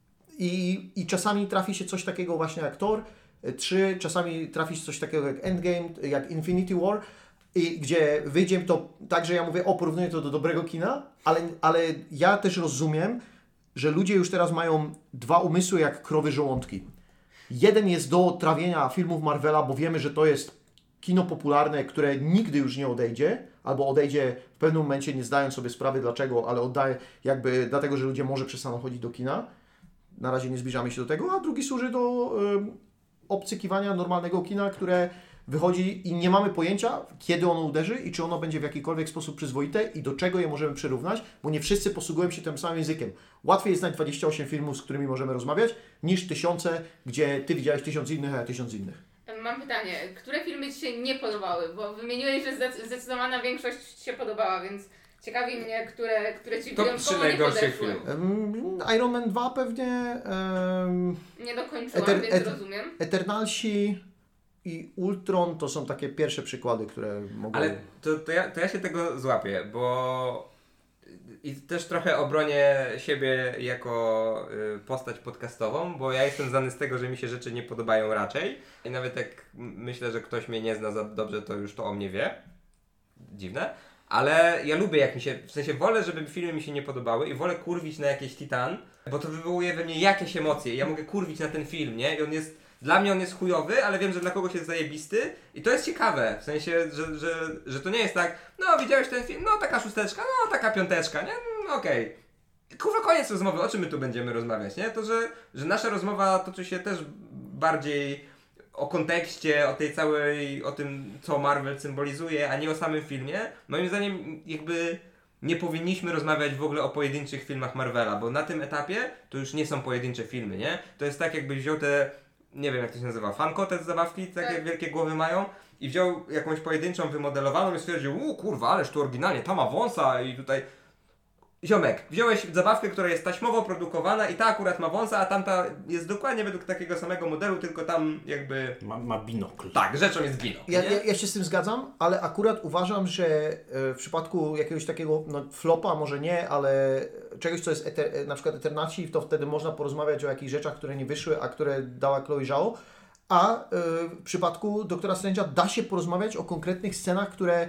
i, i czasami trafi się coś takiego właśnie jak Thor trzy, czasami trafi się coś takiego jak Endgame, jak Infinity War, i gdzie wyjdzie to tak, że ja mówię, o, porównuję to do dobrego kina, ale, ale ja też rozumiem, że ludzie już teraz mają dwa umysły jak krowy żołądki. Jeden jest do trawienia filmów Marvela, bo wiemy, że to jest kino popularne, które nigdy już nie odejdzie, albo odejdzie w pewnym momencie, nie zdając sobie sprawy dlaczego, ale oddaje jakby dlatego, że ludzie może przestaną chodzić do kina. Na razie nie zbliżamy się do tego, a drugi służy do y, obcykiwania normalnego kina, które wychodzi i nie mamy pojęcia, kiedy ono uderzy i czy ono będzie w jakikolwiek sposób przyzwoite i do czego je możemy przyrównać, bo nie wszyscy posługują się tym samym językiem. Łatwiej jest znać dwadzieścia osiem filmów, z którymi możemy rozmawiać, niż tysiące, gdzie Ty widziałeś tysiąc innych, a ja tysiąc innych. Mam pytanie, które filmy Ci się nie podobały? Bo wymieniłeś, że zdec- zdecydowana większość Ci się podobała, więc ciekawi mnie, które, które Ci Top wyjątkowo trzy nie najgorszych podeszły. filmów. Um, Iron Man dwa pewnie, um, Nie dokończyłam, Eter- więc et- rozumiem. Eternalsi i Ultron to są takie pierwsze przykłady, które mogą... Ale to, to, ja, to ja się tego złapię, bo i też trochę obronię siebie jako y, postać podcastową, bo ja jestem znany z tego, że mi się rzeczy nie podobają raczej i nawet jak myślę, że ktoś mnie nie zna za dobrze, to już to o mnie wie. Dziwne. Ale ja lubię jak mi się, w sensie wolę, żeby filmy mi się nie podobały i wolę kurwić na jakiś Titan, bo to wywołuje we mnie jakieś emocje. Ja mogę kurwić na ten film, nie? I on jest, dla mnie on jest chujowy, ale wiem, że dla kogoś jest zajebisty i to jest ciekawe. W sensie, że, że, że to nie jest tak, no widziałeś ten film, no taka szósteczka, no taka piąteczka, nie? No okej. Okay. Kurwa, koniec rozmowy, o czym my tu będziemy rozmawiać, nie? To, że, że nasza rozmowa toczy się też bardziej o kontekście, o tej całej, o tym, co Marvel symbolizuje, a nie o samym filmie. Moim zdaniem jakby nie powinniśmy rozmawiać w ogóle o pojedynczych filmach Marvela, bo na tym etapie to już nie są pojedyncze filmy, nie? To jest tak, jakbyś wziął te, nie wiem jak to się nazywa, Funko, te zabawki, takie Tak. wielkie głowy mają i wziął jakąś pojedynczą, wymodelowaną i stwierdził, u kurwa, ależ tu oryginalnie, ta ma wąsa i tutaj... Ziomek, wziąłeś zabawkę, która jest taśmowo produkowana i ta akurat ma wąsa, a tamta jest dokładnie według takiego samego modelu, tylko tam jakby... Ma, ma binokl. Tak, rzeczą jest binokl, Ja, nie? ja, ja się z tym zgadzam, ale akurat uważam, że e, w przypadku jakiegoś takiego no, flopa, może nie, ale czegoś, co jest eter, na przykład Eternalsi, to wtedy można porozmawiać o jakichś rzeczach, które nie wyszły, a które dała Chloe Zhao, a e, w przypadku Doktora Strange'a da się porozmawiać o konkretnych scenach, które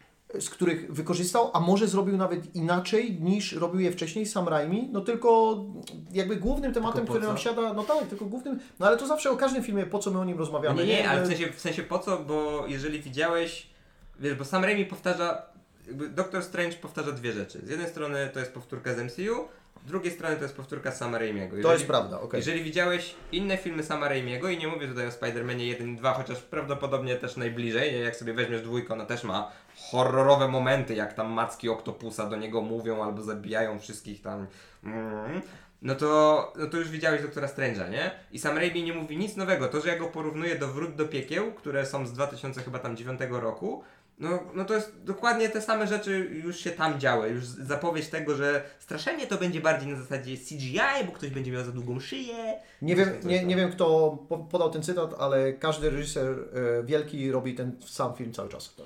z których wykorzystał, a może zrobił nawet inaczej niż robił je wcześniej Sam Raimi, no tylko jakby głównym tematem, po który co? nam siada, no tak, tylko głównym, no ale to zawsze o każdym filmie, po co my o nim rozmawiamy. Nie, nie, ale w sensie, w sensie po co, bo jeżeli widziałeś, wiesz, bo Sam Raimi powtarza, jakby Doctor Strange powtarza dwie rzeczy. Z jednej strony to jest powtórka z M C U, z drugiej strony to jest powtórka Sama Raimiego. To jest prawda, okej. Jeżeli widziałeś inne filmy Sama Raimiego i nie mówię tutaj o Spider-Manie jeden i dwa, chociaż prawdopodobnie też najbliżej, nie? Jak sobie weźmiesz dwójkę, ona też ma horrorowe momenty, jak tam macki Oktopusa do niego mówią albo zabijają wszystkich tam. Mm. No to, no to już widziałeś Doktora Strange'a, nie? I Sam Raimi nie mówi nic nowego. To, że ja go porównuję do Wrót do piekieł, które są z dwa tysiące dziewiątego roku, No, no to jest dokładnie te same rzeczy już się tam działy. Już zapowiedź tego, że straszenie to będzie bardziej na zasadzie C G I, bo ktoś będzie miał za długą szyję. Nie wiem, nie, nie wiem kto po- podał ten cytat, ale każdy reżyser e, wielki robi ten sam film cały czas.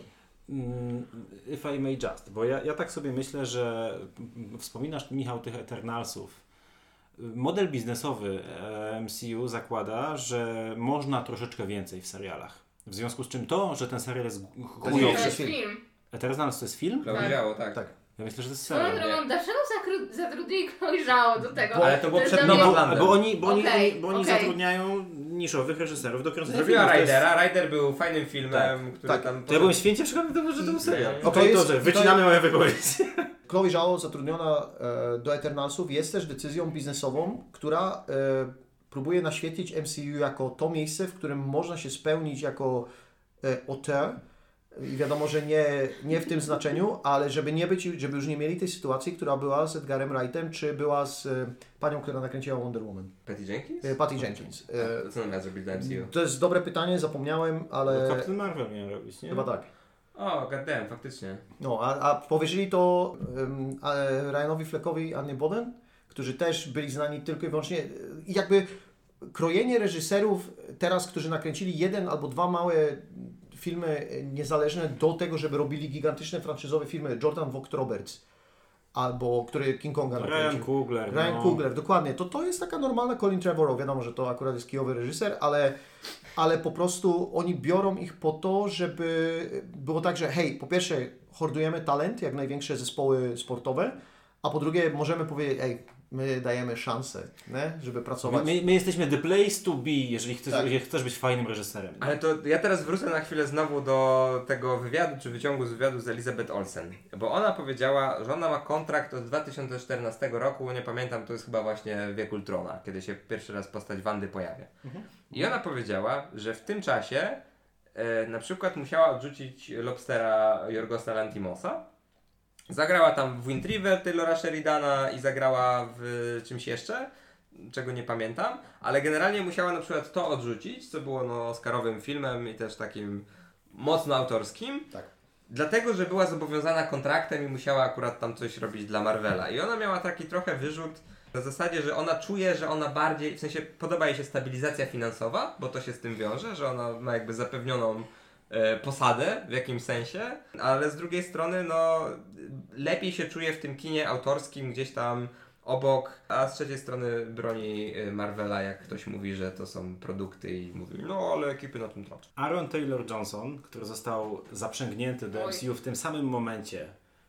Mm, If I may just, bo ja, ja tak sobie myślę, że mm, wspominasz, Michał, tych Eternalsów. Model biznesowy e, M C U zakłada, że można troszeczkę więcej w serialach. W związku z czym to, że ten serial jest To chujowy. jest film. Eternals to jest film? Chloe Zhao, tak. Tak. Ja myślę, że to jest Swoją serial. drogą, dlaczego zakru- zatrudnili Chloe Zhao do tego? Ale to było jest przed dla mnie- No, Nomadlandem. bo, bo oni, bo oni, Okej, oni, bo oni okej. zatrudniają niszowych reżyserów do kręcenia Zrobiła filmów. To jest- Ridera. Rider był fajnym filmem, który tak. tam... To ja byłem święcie przekonany do tego, że to był serial. I- Okej, to jest- dobrze, to wycinamy moją wypowiedź. Chloe Zhao zatrudniona e, do Eternalsów jest też decyzją biznesową, która e, próbuje naświetlić M C U jako to miejsce, w którym można się spełnić jako e, auteur. I wiadomo, że nie, nie w tym znaczeniu, ale żeby nie być, żeby już nie mieli tej sytuacji, która była z Edgarem Wrightem, czy była z e, panią, która nakręciła Wonder Woman. Patty Jenkins? E, Patty Jenkins. E, To co ona miała zrobić dla M C U? to jest dobre pytanie, zapomniałem, ale Captain Marvel miał robić, nie? chyba tak. O, goddamn, faktycznie. No, a, a powierzyli to um, a, Ryanowi Fleckowi i Annie Boden, którzy też byli znani tylko i wyłącznie. I jakby krojenie reżyserów teraz, którzy nakręcili jeden albo dwa małe filmy niezależne do tego, żeby robili gigantyczne franczyzowe filmy, Jordan Vogt Roberts, albo który King Konga Ryan nakręcił. Coogler. Ryan no. Coogler, dokładnie. To, to jest taka normalna Colin Trevorrow. Wiadomo, że to akurat jest kijowy reżyser, ale, ale po prostu oni biorą ich po to, żeby było tak, że hej, po pierwsze hordujemy talent, jak największe zespoły sportowe, a po drugie możemy powiedzieć, ej, my dajemy szansę, nie? Żeby pracować. My, my jesteśmy the place to be, jeżeli chcesz, Tak. jeżeli chcesz być fajnym reżyserem. Ale to ja teraz wrócę na chwilę znowu do tego wywiadu, czy wyciągu z wywiadu z Elizabeth Olsen. Bo ona powiedziała, że ona ma kontrakt od dwa tysiące czternastego roku, nie pamiętam, to jest chyba właśnie Wiek Ultrona, kiedy się pierwszy raz postać Wandy pojawia. Mhm. I ona powiedziała, że w tym czasie e, na przykład musiała odrzucić Lobstera Yorgosa Lanthimosa. Zagrała tam w Wind River Taylora Sheridana i zagrała w czymś jeszcze, czego nie pamiętam, ale generalnie musiała na przykład to odrzucić, co było no oscarowym filmem i też takim mocno autorskim, Tak. dlatego, że była zobowiązana kontraktem i musiała akurat tam coś robić dla Marvela. I ona miała taki trochę wyrzut na zasadzie, że ona czuje, że ona bardziej, w sensie podoba jej się stabilizacja finansowa, bo to się z tym wiąże, że ona ma jakby zapewnioną e, posadę w jakimś sensie, ale z drugiej strony no lepiej się czuje w tym kinie autorskim gdzieś tam obok, a z trzeciej strony broni e, Marvela, jak ktoś mówi, że to są produkty i mówi, no ale ekipy na tym tracą. Aaron Taylor Johnson, który został zaprzęgnięty do M C U w tym samym momencie,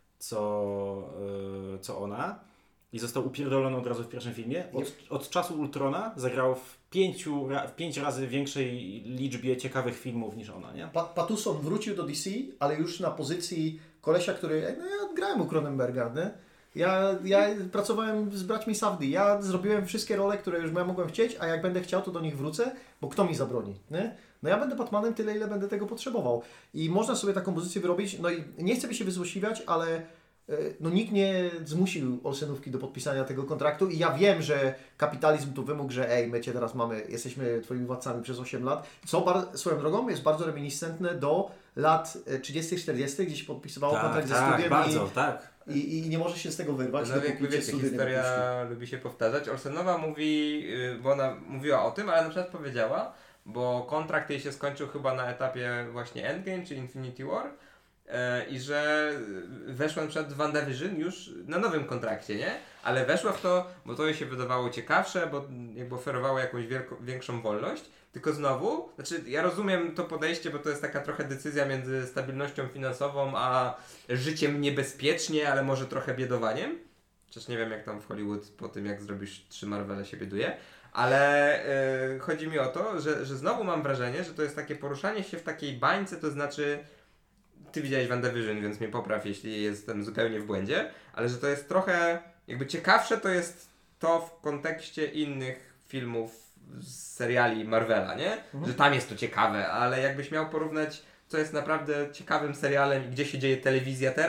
co, yy, co ona i został upierdolony od razu w pierwszym filmie, od, od czasu Ultrona zagrał w, pięciu, ra- w pięć razy większej liczbie ciekawych filmów niż ona, nie? Pa- Pattuson wrócił do D C, ale już na pozycji kolesia, który, no ja grałem u Cronenberga, nie? Ja, ja pracowałem z braćmi Safdie, ja zrobiłem wszystkie role, które już ja mogłem chcieć, a jak będę chciał, to do nich wrócę, bo kto mi zabroni, nie? No ja będę Batmanem tyle, ile będę tego potrzebował. I można sobie taką pozycję wyrobić, no i nie chcę by się wyzłośliwiać, ale e, no nikt nie zmusił Olsenówki do podpisania tego kontraktu i ja wiem, że kapitalizm tu wymógł, że ej, my Cię teraz mamy, jesteśmy Twoimi władcami przez osiem lat, co bar- swoją drogą jest bardzo reminiscentne do lat trzydziestych, czterdziestych, gdzie się podpisywało kontrakt ze tak, studiem bardzo, i, tak. i, i nie może się z tego wyrwać, No dopóki jakby cię wiecie, studia nie wypuści. historia lubi się powtarzać. Olsenowa mówi, yy, bo ona mówiła o tym, ale na przykład powiedziała, bo kontrakt jej się skończył chyba na etapie właśnie Endgame, czy Infinity War yy, i że weszła na przykład w WandaVision już na nowym kontrakcie, nie? Ale weszła w to, bo to jej się wydawało ciekawsze, bo jakby oferowało jakąś wielko, większą wolność. Tylko znowu, znaczy ja rozumiem to podejście, bo to jest taka trochę decyzja między stabilnością finansową, a życiem niebezpiecznie, ale może trochę biedowaniem. Chociaż nie wiem jak tam w Hollywood po tym jak zrobisz trzy Marvele się bieduje. Ale yy, chodzi mi o to, że, że znowu mam wrażenie, że to jest takie poruszanie się w takiej bańce, to znaczy ty widziałeś WandaVision, więc mnie popraw, jeśli jestem zupełnie w błędzie, ale że to jest trochę jakby ciekawsze to jest to w kontekście innych filmów z seriali Marvela, nie? Mhm. Że tam jest to ciekawe, ale jakbyś miał porównać, co jest naprawdę ciekawym serialem i gdzie się dzieje telewizja teraz,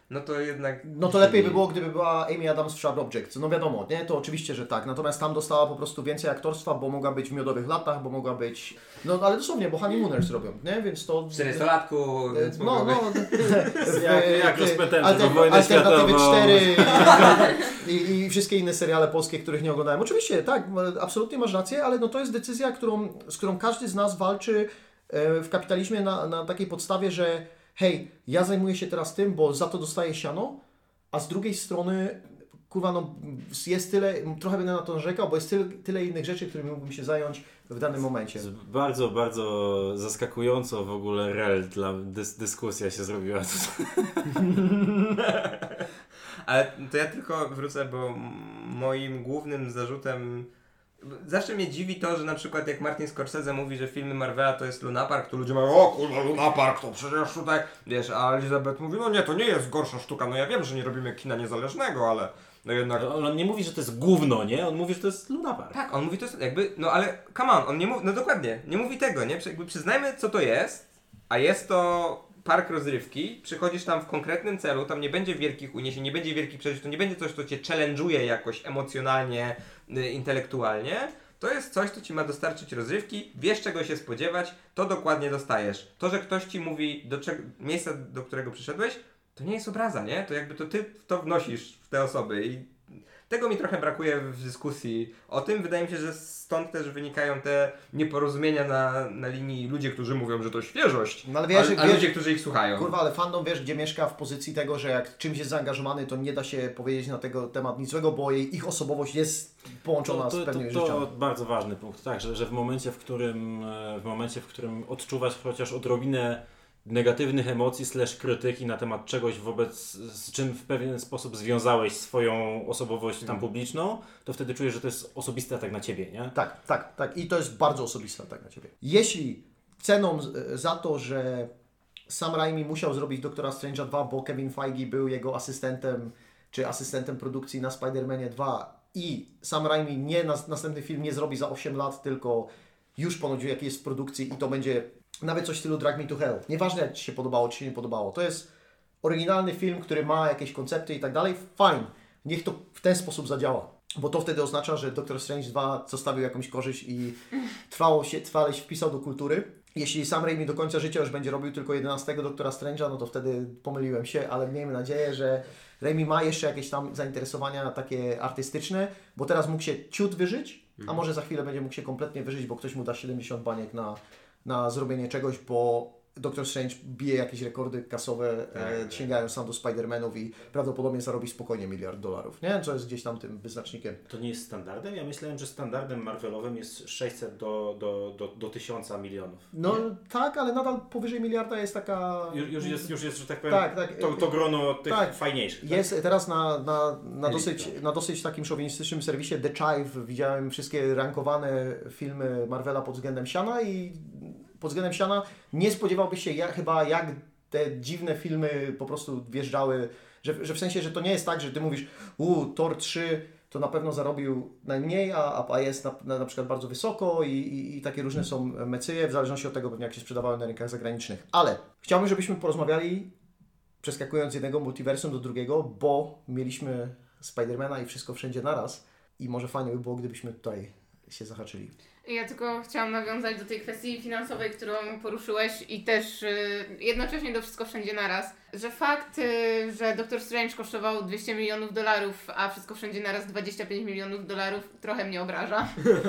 no to jednak... No to lepiej by było, gdyby była Amy Adams w Sharp Objects. No wiadomo, nie? To oczywiście, że tak. Natomiast tam dostała po prostu więcej aktorstwa, bo mogła być w Miodowych latach, bo mogła być... No ale dosłownie, bo Honeymooners robią, nie? Więc to... W czterystolatku, więc No, no... Jak, jak rozpętałem alter, wojnę Alternatywy światową. cztery i, i wszystkie inne seriale polskie, których nie oglądałem. Oczywiście, tak, absolutnie masz rację, ale no to jest decyzja, którą, z którą każdy z nas walczy w kapitalizmie na, na takiej podstawie, że hej, ja zajmuję się teraz tym, bo za to dostaję siano, a z drugiej strony, kurwa, no jest tyle, trochę będę na to narzekał, bo jest tyle, tyle innych rzeczy, którymi mógłbym się zająć w danym momencie. Bardzo, bardzo zaskakująco w ogóle rel dla dys- dyskusja się zrobiła tutaj. Ale to ja tylko wrócę, bo moim głównym zarzutem... Zawsze mnie dziwi to, że na przykład jak Martin Scorsese mówi, że filmy Marvela to jest Luna Park, to ludzie mają, o kurwa Luna Park, to przecież tutaj, wiesz, a Elizabeth mówi, no nie, to nie jest gorsza sztuka, no ja wiem, że nie robimy kina niezależnego, ale no jednak... On nie mówi, że to jest gówno, nie? On mówi, że to jest Luna Park. Tak, on mówi to jest jakby, no ale come on, on nie mówi, no dokładnie, nie mówi tego, nie? Jakby przyznajmy co to jest, a jest to park rozrywki, przychodzisz tam w konkretnym celu, tam nie będzie wielkich uniesień, nie będzie wielkich przeżyć, to nie będzie coś, co cię challenge'uje jakoś emocjonalnie, y, intelektualnie. To jest coś, co ci ma dostarczyć rozrywki, wiesz czego się spodziewać, to dokładnie dostajesz. To, że ktoś ci mówi do czego, miejsca, do którego przyszedłeś, to nie jest obraza, nie? To jakby to ty w to wnosisz w te osoby i tego mi trochę brakuje w dyskusji o tym. Wydaje mi się, że stąd też wynikają te nieporozumienia na, na linii ludzie, którzy mówią, że to świeżość, No ale wiesz, a, a wiesz, ludzie, którzy ich słuchają. Kurwa, ale fandom, wiesz, gdzie mieszka w pozycji tego, że jak czymś jest zaangażowany, to nie da się powiedzieć na tego temat nic złego, bo jej, ich osobowość jest połączona to, to, z pewnymi to, to rzeczami. bardzo ważny punkt, tak, że, że w momencie, w którym w momencie, w którym odczuwasz chociaż odrobinę negatywnych emocji slash krytyki na temat czegoś, wobec z czym w pewien sposób związałeś swoją osobowość tam publiczną, to wtedy czujesz, że to jest osobiste atak na ciebie, nie? Tak, tak, tak. I to jest bardzo osobiste atak na ciebie. Jeśli ceną z- za to, że Sam Raimi musiał zrobić Doktora Strange'a dwa, bo Kevin Feige był jego asystentem, czy asystentem produkcji na Spider-Manie dwa i Sam Raimi nie, nas, następny film nie zrobi za osiem lat, tylko już ponoć jaki jest w produkcji i to będzie nawet coś w stylu Drag Me to Hell. Nieważne jak Ci się podobało, czy się nie podobało. To jest oryginalny film, który ma jakieś koncepty i tak dalej. Fajnie. Niech to w ten sposób zadziała. Bo to wtedy oznacza, że Doktor Strange dwa zostawił jakąś korzyść i trwało się, trwale się wpisał do kultury. Jeśli Sam Raimi do końca życia już będzie robił tylko jedenastego Doktora Strange'a, no to wtedy pomyliłem się, ale miejmy nadzieję, że Raimi ma jeszcze jakieś tam zainteresowania takie artystyczne, bo teraz mógł się ciut wyżyć, a może za chwilę będzie mógł się kompletnie wyżyć, bo ktoś mu da siedemdziesiąt baniek na, na zrobienie czegoś, bo Doktor Strange bije jakieś rekordy kasowe, Tak, e, tak. sięgają sam do Spider-Manów i prawdopodobnie zarobi spokojnie miliard dolarów, nie? Co jest gdzieś tam tym wyznacznikiem. To nie jest standardem? Ja myślałem, że standardem Marvelowym jest sześćset do, do, do, do tysiąca milionów. No Nie? tak, ale nadal powyżej miliarda jest taka... Już, już, jest, już jest, że tak powiem, Tak, tak. to, to grono tych Tak. fajniejszych. Tak? Jest teraz na, na, na, Elite. dosyć, na dosyć takim szowinistycznym serwisie The Chive. Widziałem wszystkie rankowane filmy Marvela pod względem siana i pod względem siana nie spodziewałbyś się ja, chyba jak te dziwne filmy po prostu wjeżdżały, że, że w sensie, że to nie jest tak, że ty mówisz u Thor trzy to na pewno zarobił najmniej, a, a jest na, na, na przykład bardzo wysoko i, i, i takie różne są mecyje, w zależności od tego pewnie jak się sprzedawały na rynkach zagranicznych. Ale chciałbym, żebyśmy porozmawiali przeskakując z jednego multiversum do drugiego, bo mieliśmy Spidermana i wszystko wszędzie naraz i może fajnie by było, gdybyśmy tutaj się zahaczyli. Ja tylko chciałam nawiązać do tej kwestii finansowej, którą poruszyłeś i też y, jednocześnie do Wszystko Wszędzie Naraz, że fakt, y, że Doktor Strange kosztował dwieście milionów dolarów, a Wszystko Wszędzie Naraz dwadzieścia pięć milionów dolarów trochę mnie obraża.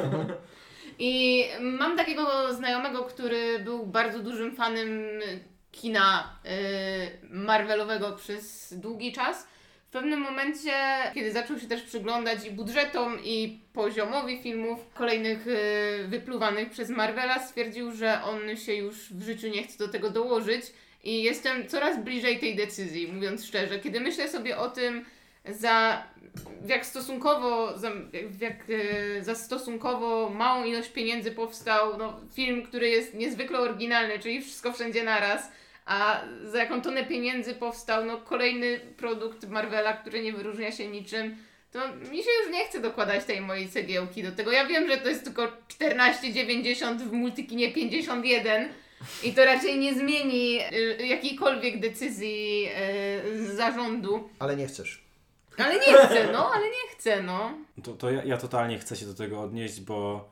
I mam takiego znajomego, który był bardzo dużym fanem kina y, Marvelowego przez długi czas. W pewnym momencie, kiedy zaczął się też przyglądać i budżetom, i poziomowi filmów kolejnych y, wypluwanych przez Marvela, stwierdził, że on się już w życiu nie chce do tego dołożyć i jestem coraz bliżej tej decyzji, mówiąc szczerze. Kiedy myślę sobie o tym, za w jak stosunkowo, za, w jak y, za stosunkowo małą ilość pieniędzy powstał no, film, który jest niezwykle oryginalny, czyli Wszystko Wszędzie Naraz, a za jaką tonę pieniędzy powstał no, kolejny produkt Marvela, który nie wyróżnia się niczym, to mi się już nie chce dokładać tej mojej cegiełki do tego. Ja wiem, że to jest tylko czternaście dziewięćdziesiąt w Multikinie pięćdziesiąt jeden, I to raczej nie zmieni y, jakiejkolwiek decyzji y, z zarządu. Ale nie chcesz. Ale nie chcę, no, ale nie chcę, no. To, to ja, ja totalnie chcę się do tego odnieść, bo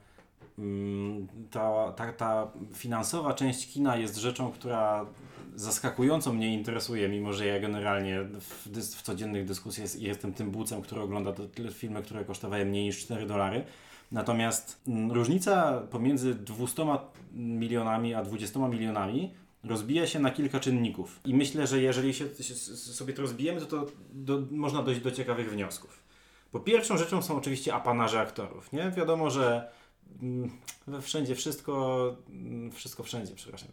mm, ta, ta, ta finansowa część kina jest rzeczą, która zaskakująco mnie interesuje, mimo że ja generalnie w, dys, w codziennych dyskusjach jest, jestem tym bucem, który ogląda te filmy, które kosztowały mniej niż cztery dolary. Natomiast m, różnica pomiędzy dwustoma milionami a dwudziestoma milionami rozbija się na kilka czynników. I myślę, że jeżeli się, się sobie to rozbijemy, to, to do, można dojść do ciekawych wniosków. Bo pierwszą rzeczą są oczywiście apanaże aktorów. Nie? Wiadomo, że mm, wszędzie wszystko, mm, wszystko wszędzie, przepraszam.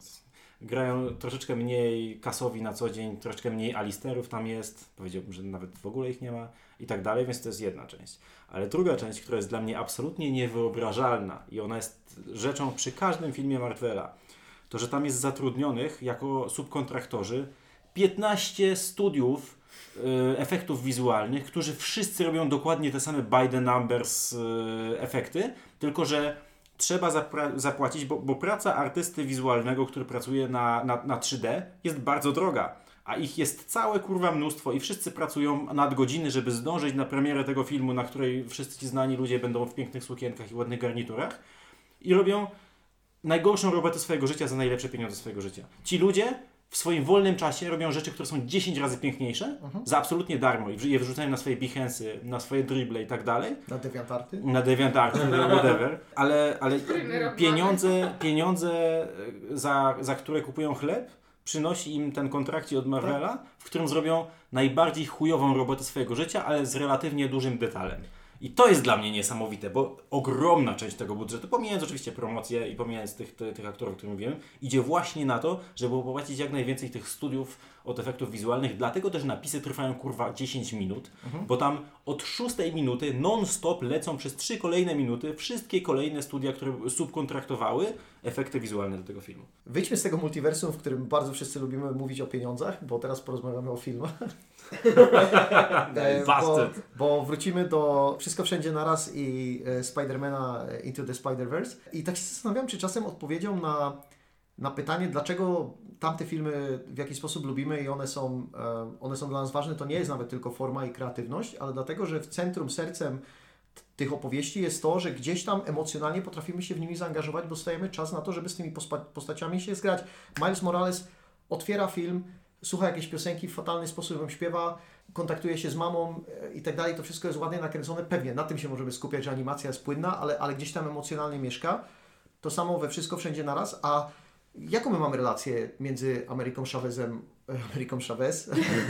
Grają troszeczkę mniej kasowi na co dzień, troszeczkę mniej alisterów tam jest. Powiedziałbym, że nawet w ogóle ich nie ma i tak dalej, więc to jest jedna część. Ale druga część, która jest dla mnie absolutnie niewyobrażalna i ona jest rzeczą przy każdym filmie Marvela, to, że tam jest zatrudnionych jako subkontraktorzy piętnaście studiów y, efektów wizualnych, którzy wszyscy robią dokładnie te same by the numbers y, efekty, tylko że trzeba zapra- zapłacić, bo, bo praca artysty wizualnego, który pracuje na, na, na trzy D jest bardzo droga, a ich jest całe kurwa mnóstwo i wszyscy pracują nadgodziny, żeby zdążyć na premierę tego filmu, na której wszyscy ci znani ludzie będą w pięknych sukienkach i ładnych garniturach i robią najgorszą robotę swojego życia za najlepsze pieniądze swojego życia. Ci ludzie w swoim wolnym czasie robią rzeczy, które są dziesięć razy piękniejsze, uh-huh. za absolutnie darmo i je wrzucają na swoje Behance'y, na swoje dribble i tak dalej. Na DeviantArty? Na DeviantArty, whatever. Ale, ale pieniądze, pieniądze za, za które kupują chleb, przynosi im ten kontrakcik od Marvela, w którym zrobią najbardziej chujową robotę swojego życia, ale z relatywnie dużym detalem. I to jest dla mnie niesamowite, bo ogromna część tego budżetu, pomijając oczywiście promocję i pomijając tych, tych, tych aktorów, o których mówiłem, idzie właśnie na to, żeby opłacić jak najwięcej tych studiów od efektów wizualnych, dlatego też napisy trwają kurwa dziesięć minut, mhm. bo tam od szóstej minuty non-stop lecą przez trzy kolejne minuty wszystkie kolejne studia, które subkontraktowały efekty wizualne do tego filmu. Wyjdźmy z tego multiversum, w którym bardzo wszyscy lubimy mówić o pieniądzach, bo teraz porozmawiamy o filmach. e, bo, bo wrócimy do Wszystko Wszędzie Naraz i e, Spidermana Into the Spider-Verse i tak się zastanawiam, czy czasem odpowiedzią na, na pytanie, dlaczego tamte filmy w jakiś sposób lubimy i one są, e, one są dla nas ważne, to nie jest nawet tylko forma i kreatywność, ale dlatego, że w centrum, sercem t- tych opowieści jest to, że gdzieś tam emocjonalnie potrafimy się w nimi zaangażować, bo stajemy czas na to, żeby z tymi pospa- postaciami się zgrać. Miles Morales otwiera film, słucha jakieś piosenki, w fatalny sposób ją śpiewa, kontaktuje się z mamą e, i tak dalej, to wszystko jest ładnie nakręcone, pewnie na tym się możemy skupiać, że animacja jest płynna, ale, ale gdzieś tam emocjonalnie mieszka. To samo we Wszystko Wszędzie Naraz, a jaką my mamy relację między Ameryką Chavezem, Ameryką Chavez,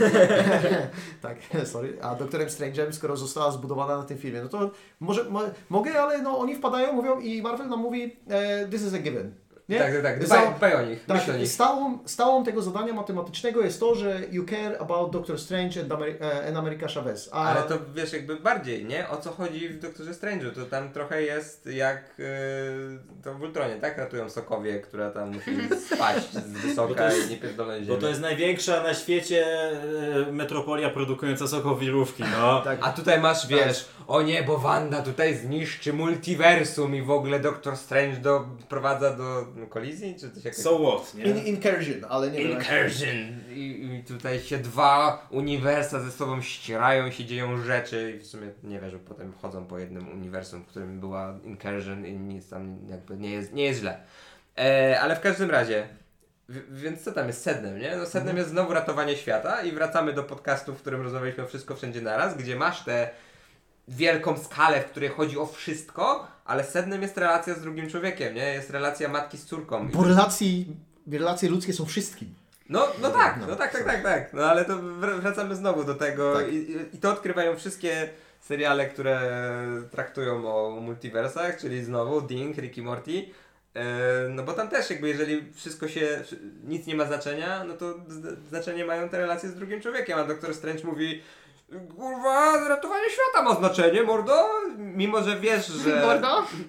tak, sorry, a doktorem Strange'em, skoro została zbudowana na tym filmie? No to może, mo, mogę, ale no oni wpadają, mówią i Marvel nam mówi e, this is a given. Nie? Tak, tak, tak. Dbaj, dbaj o nich. Tak, o nich. Stałą, stałą tego zadania matematycznego jest to, że you care about Doctor Strange and, Ameri- and America Chavez. A... Ale to wiesz jakby bardziej, nie? O co chodzi w Doktorze Strange'u? To tam trochę jest jak yy, to w Ultronie, tak? Ratują Sokowie, która tam musi spaść z wysoka jest, i nie pierdolę ziemię. Bo to jest największa na świecie e, metropolia produkująca sokowirówki, no. Tak. A tutaj masz, wiesz, o nie, bo Wanda tutaj zniszczy multiversum i w ogóle Doktor Strange doprowadza do kolizji, czy coś jakoś... So what, nie? In, incursion, ale nie wiem. Incursion! I, I tutaj się dwa uniwersa ze sobą ścierają, się dzieją rzeczy i w sumie nie wiem, że potem chodzą po jednym uniwersum, w którym była Incursion i nic tam jakby nie jest, nie jest źle. E, ale w każdym razie, w, więc co tam jest sednem, nie? No sednem mm. jest znowu ratowanie świata i wracamy do podcastu, w którym rozmawialiśmy o Wszystko Wszędzie Naraz, gdzie masz tę wielką skalę, w której chodzi o wszystko, ale sednem jest relacja z drugim człowiekiem, nie? Jest relacja matki z córką. Bo relacji, relacje ludzkie są wszystkim. No, no tak, no tak, tak, tak, tak. No ale to wracamy znowu do tego tak. I, i to odkrywają wszystkie seriale, które traktują o multiversach, czyli znowu Ding, Rick i Morty. Yy, no bo tam też jakby jeżeli wszystko się, nic nie ma znaczenia, no to znaczenie mają te relacje z drugim człowiekiem, a Doktor Strange mówi kurwa, ratowanie świata ma znaczenie, mordo? Mimo, że wiesz, że... Mordo?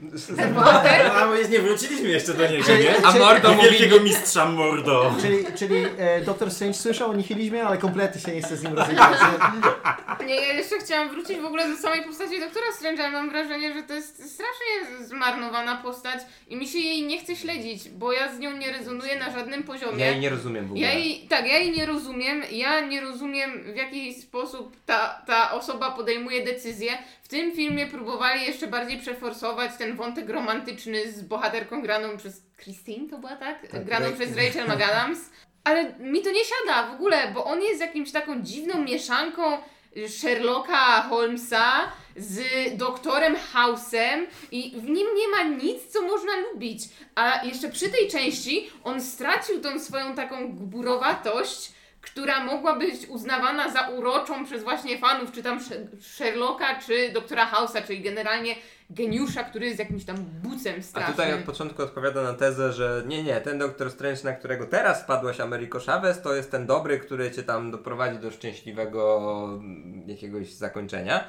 A my nie wróciliśmy jeszcze do niego, nie? A mordo do mówi... wielkiego mistrza mordo. Czyli, czyli e, Doktor Strange słyszał o nihilizmie, ale kompletnie się nie chce z nim rozmawiać. Nie, ja jeszcze chciałam wrócić w ogóle do samej postaci doktora Strange'a. Mam wrażenie, że to jest strasznie zmarnowana postać i mi się jej nie chce śledzić, bo ja z nią nie rezonuję na żadnym poziomie. Ja jej nie rozumiem w ogóle. Ja jej, tak, ja jej nie rozumiem. Ja nie rozumiem, w jaki sposób ta, ta osoba podejmuje decyzje. W tym filmie próbowali jeszcze bardziej przeforsować ten wątek romantyczny z bohaterką graną przez Christine, to była tak? tak graną Ray- przez Rachel McAdams. Ale mi to nie siada w ogóle, bo on jest jakimś taką dziwną mieszanką Sherlocka Holmesa z doktorem House'em i w nim nie ma nic, co można lubić. A jeszcze przy tej części on stracił tą swoją taką gburowatość, która mogła być uznawana za uroczą przez właśnie fanów, czy tam Sherlocka, czy doktora House'a, czyli generalnie geniusza, który jest jakimś tam bucem strasznym. A tutaj od początku odpowiada na tezę, że nie, nie, ten Doktor Strange, na którego teraz wpadłaś, Americo Chavez, to jest ten dobry, który cię tam doprowadzi do szczęśliwego jakiegoś zakończenia.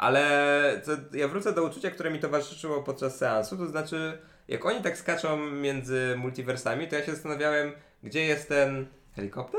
Ale to ja wrócę do uczucia, które mi towarzyszyło podczas seansu, to znaczy jak oni tak skaczą między multiversami, to ja się zastanawiałem, gdzie jest ten helikopter?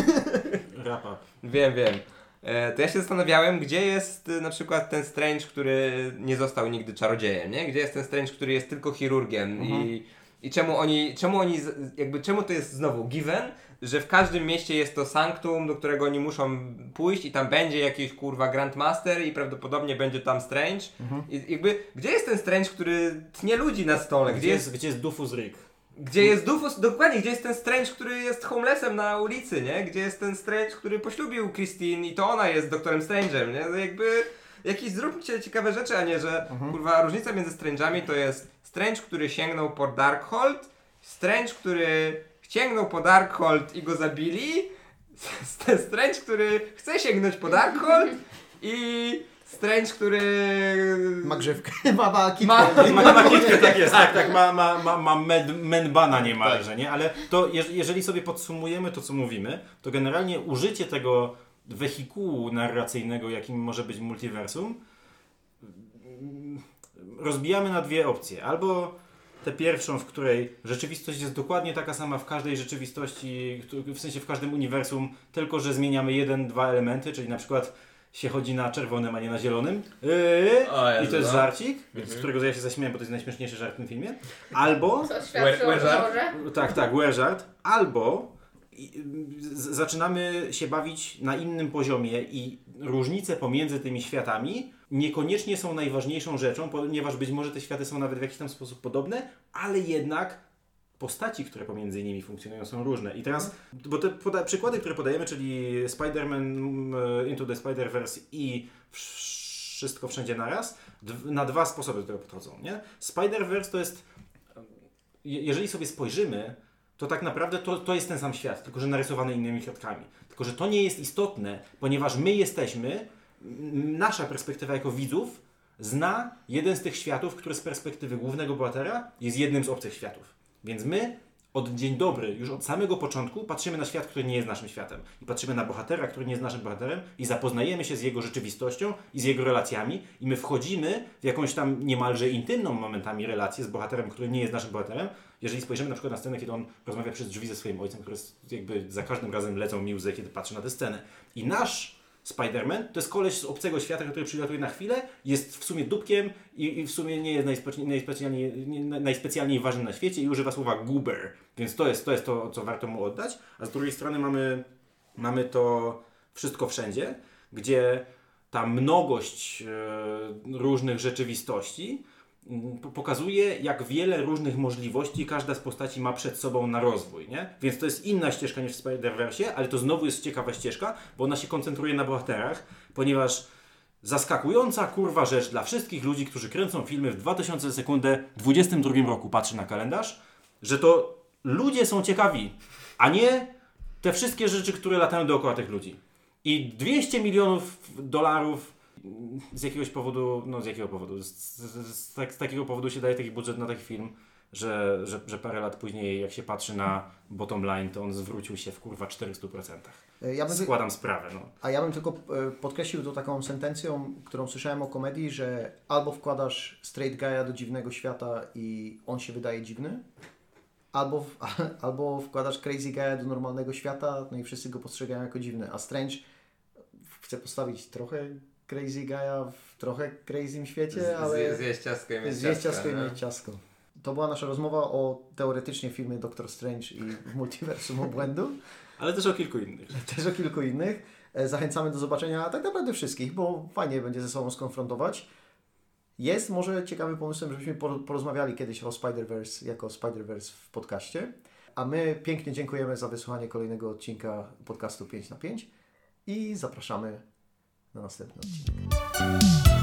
Rapa. Wiem, wiem. To ja się zastanawiałem, gdzie jest na przykład ten Strange, który nie został nigdy czarodziejem, nie? Gdzie jest ten Strange, który jest tylko chirurgiem mhm. i, i czemu oni, czemu oni, jakby czemu to jest znowu given, że w każdym mieście jest to sanktum, do którego oni muszą pójść i tam będzie jakiś kurwa Grandmaster i prawdopodobnie będzie tam Strange. Mhm. I jakby, gdzie jest ten Strange, który tnie ludzi na stole? Gdzie, gdzie jest, jest, gdzie jest Dufus Rick? Gdzie jest Dufus, dokładnie, gdzie jest ten Strange, który jest homelessem na ulicy, nie? Gdzie jest ten Strange, który poślubił Christine i to ona jest doktorem Strange'em, nie? No jakby jakieś zróbcie ciekawe rzeczy, a nie, że mhm. kurwa różnica między Strange'ami to jest Strange, który sięgnął po Darkhold, Strange, który sięgnął po Darkhold i go zabili, Strange, który chce sięgnąć po Darkhold i Strange, który... Ma grzywkę. ma ma kitkę. Ma, ma, ma kitkę, tak jest. Tak, tak, ma, ma, ma, ma med, menbana niemalże, nie? Ale to je, jeżeli sobie podsumujemy to, co mówimy, to generalnie użycie tego wehikułu narracyjnego, jakim może być multiversum, rozbijamy na dwie opcje. Albo tę pierwszą, w której rzeczywistość jest dokładnie taka sama w każdej rzeczywistości, w sensie w każdym uniwersum, tylko że zmieniamy jeden, dwa elementy, czyli na przykład się chodzi na czerwonym, a nie na zielonym. Yy, o, I to jest no. żarcik, Mhm. z którego ja się zaśmiałem, bo to jest najśmieszniejszy żart w tym filmie. Albo... Co świadczy o żarze? Tak, tak, where żart. Albo i, z, zaczynamy się bawić na innym poziomie i różnice pomiędzy tymi światami niekoniecznie są najważniejszą rzeczą, ponieważ być może te światy są nawet w jakiś tam sposób podobne, ale jednak postaci, które pomiędzy nimi funkcjonują, są różne. I teraz, bo te poda- przykłady, które podajemy, czyli Spider-Man Into the Spider-Verse i Wszystko Wszędzie Naraz, d- na dwa sposoby do tego podchodzą, nie? Spider-Verse to jest, jeżeli sobie spojrzymy, to tak naprawdę to, to jest ten sam świat, tylko że narysowany innymi kredkami. Tylko że to nie jest istotne, ponieważ my jesteśmy, nasza perspektywa jako widzów zna jeden z tych światów, który z perspektywy głównego bohatera jest jednym z obcych światów. Więc my od dzień dobry, już od samego początku patrzymy na świat, który nie jest naszym światem. I patrzymy na bohatera, który nie jest naszym bohaterem i zapoznajemy się z jego rzeczywistością i z jego relacjami i my wchodzimy w jakąś tam niemalże intymną momentami relację z bohaterem, który nie jest naszym bohaterem. Jeżeli spojrzymy na przykład na scenę, kiedy on rozmawia przez drzwi ze swoim ojcem, który jakby za każdym razem lecą mi łzy, kiedy patrzy na tę scenę. I nasz Spider-Man to jest koleś z obcego świata, który przylatuje na chwilę, jest w sumie dupkiem i, i w sumie nie jest najspe- najspecjalniej, nie, najspecjalniej ważny na świecie i używa słowa goober. Więc to jest to, jest to co warto mu oddać. A z drugiej strony mamy, mamy to Wszystko Wszędzie, gdzie ta mnogość e, różnych rzeczywistości pokazuje, jak wiele różnych możliwości każda z postaci ma przed sobą na rozwój, nie? Więc to jest inna ścieżka niż w Spider-Versie, ale to znowu jest ciekawa ścieżka, bo ona się koncentruje na bohaterach, ponieważ zaskakująca kurwa rzecz dla wszystkich ludzi, którzy kręcą filmy w dwa tysiące sekundę dwudziestym drugim roku, patrzy na kalendarz, że to ludzie są ciekawi, a nie te wszystkie rzeczy, które latają dookoła tych ludzi. I dwieście milionów dolarów z jakiegoś powodu, no z jakiego powodu? Z, z, z, tak, z takiego powodu się daje taki budżet na taki film, że, że, że parę lat później, jak się patrzy na bottom line, to on zwrócił się w kurwa czterysta procent. Ja bym Składam sprawę. No. A ja bym tylko podkreślił to taką sentencją, którą słyszałem o komedii, że albo wkładasz straight guy'a do dziwnego świata i on się wydaje dziwny, albo, w, albo wkładasz crazy guy'a do normalnego świata, no i wszyscy go postrzegają jako dziwny, a Strange chce postawić trochę crazy guy'a w trochę crazy świecie, Z, ale zjeść ciastko i mieć zjeść ciastka, ciastko i no. mieć ciastko. To była nasza rozmowa o teoretycznie filmie Doctor Strange i Multiversum Obłędu. Ale też o kilku innych. Też o kilku innych. Zachęcamy do zobaczenia tak naprawdę wszystkich, bo fajnie będzie ze sobą skonfrontować. Jest może ciekawym pomysłem, żebyśmy porozmawiali kiedyś o Spider-Verse jako Spider-Verse w podcaście. A my pięknie dziękujemy za wysłuchanie kolejnego odcinka podcastu pięć na pięć i zapraszamy na następny odcinek.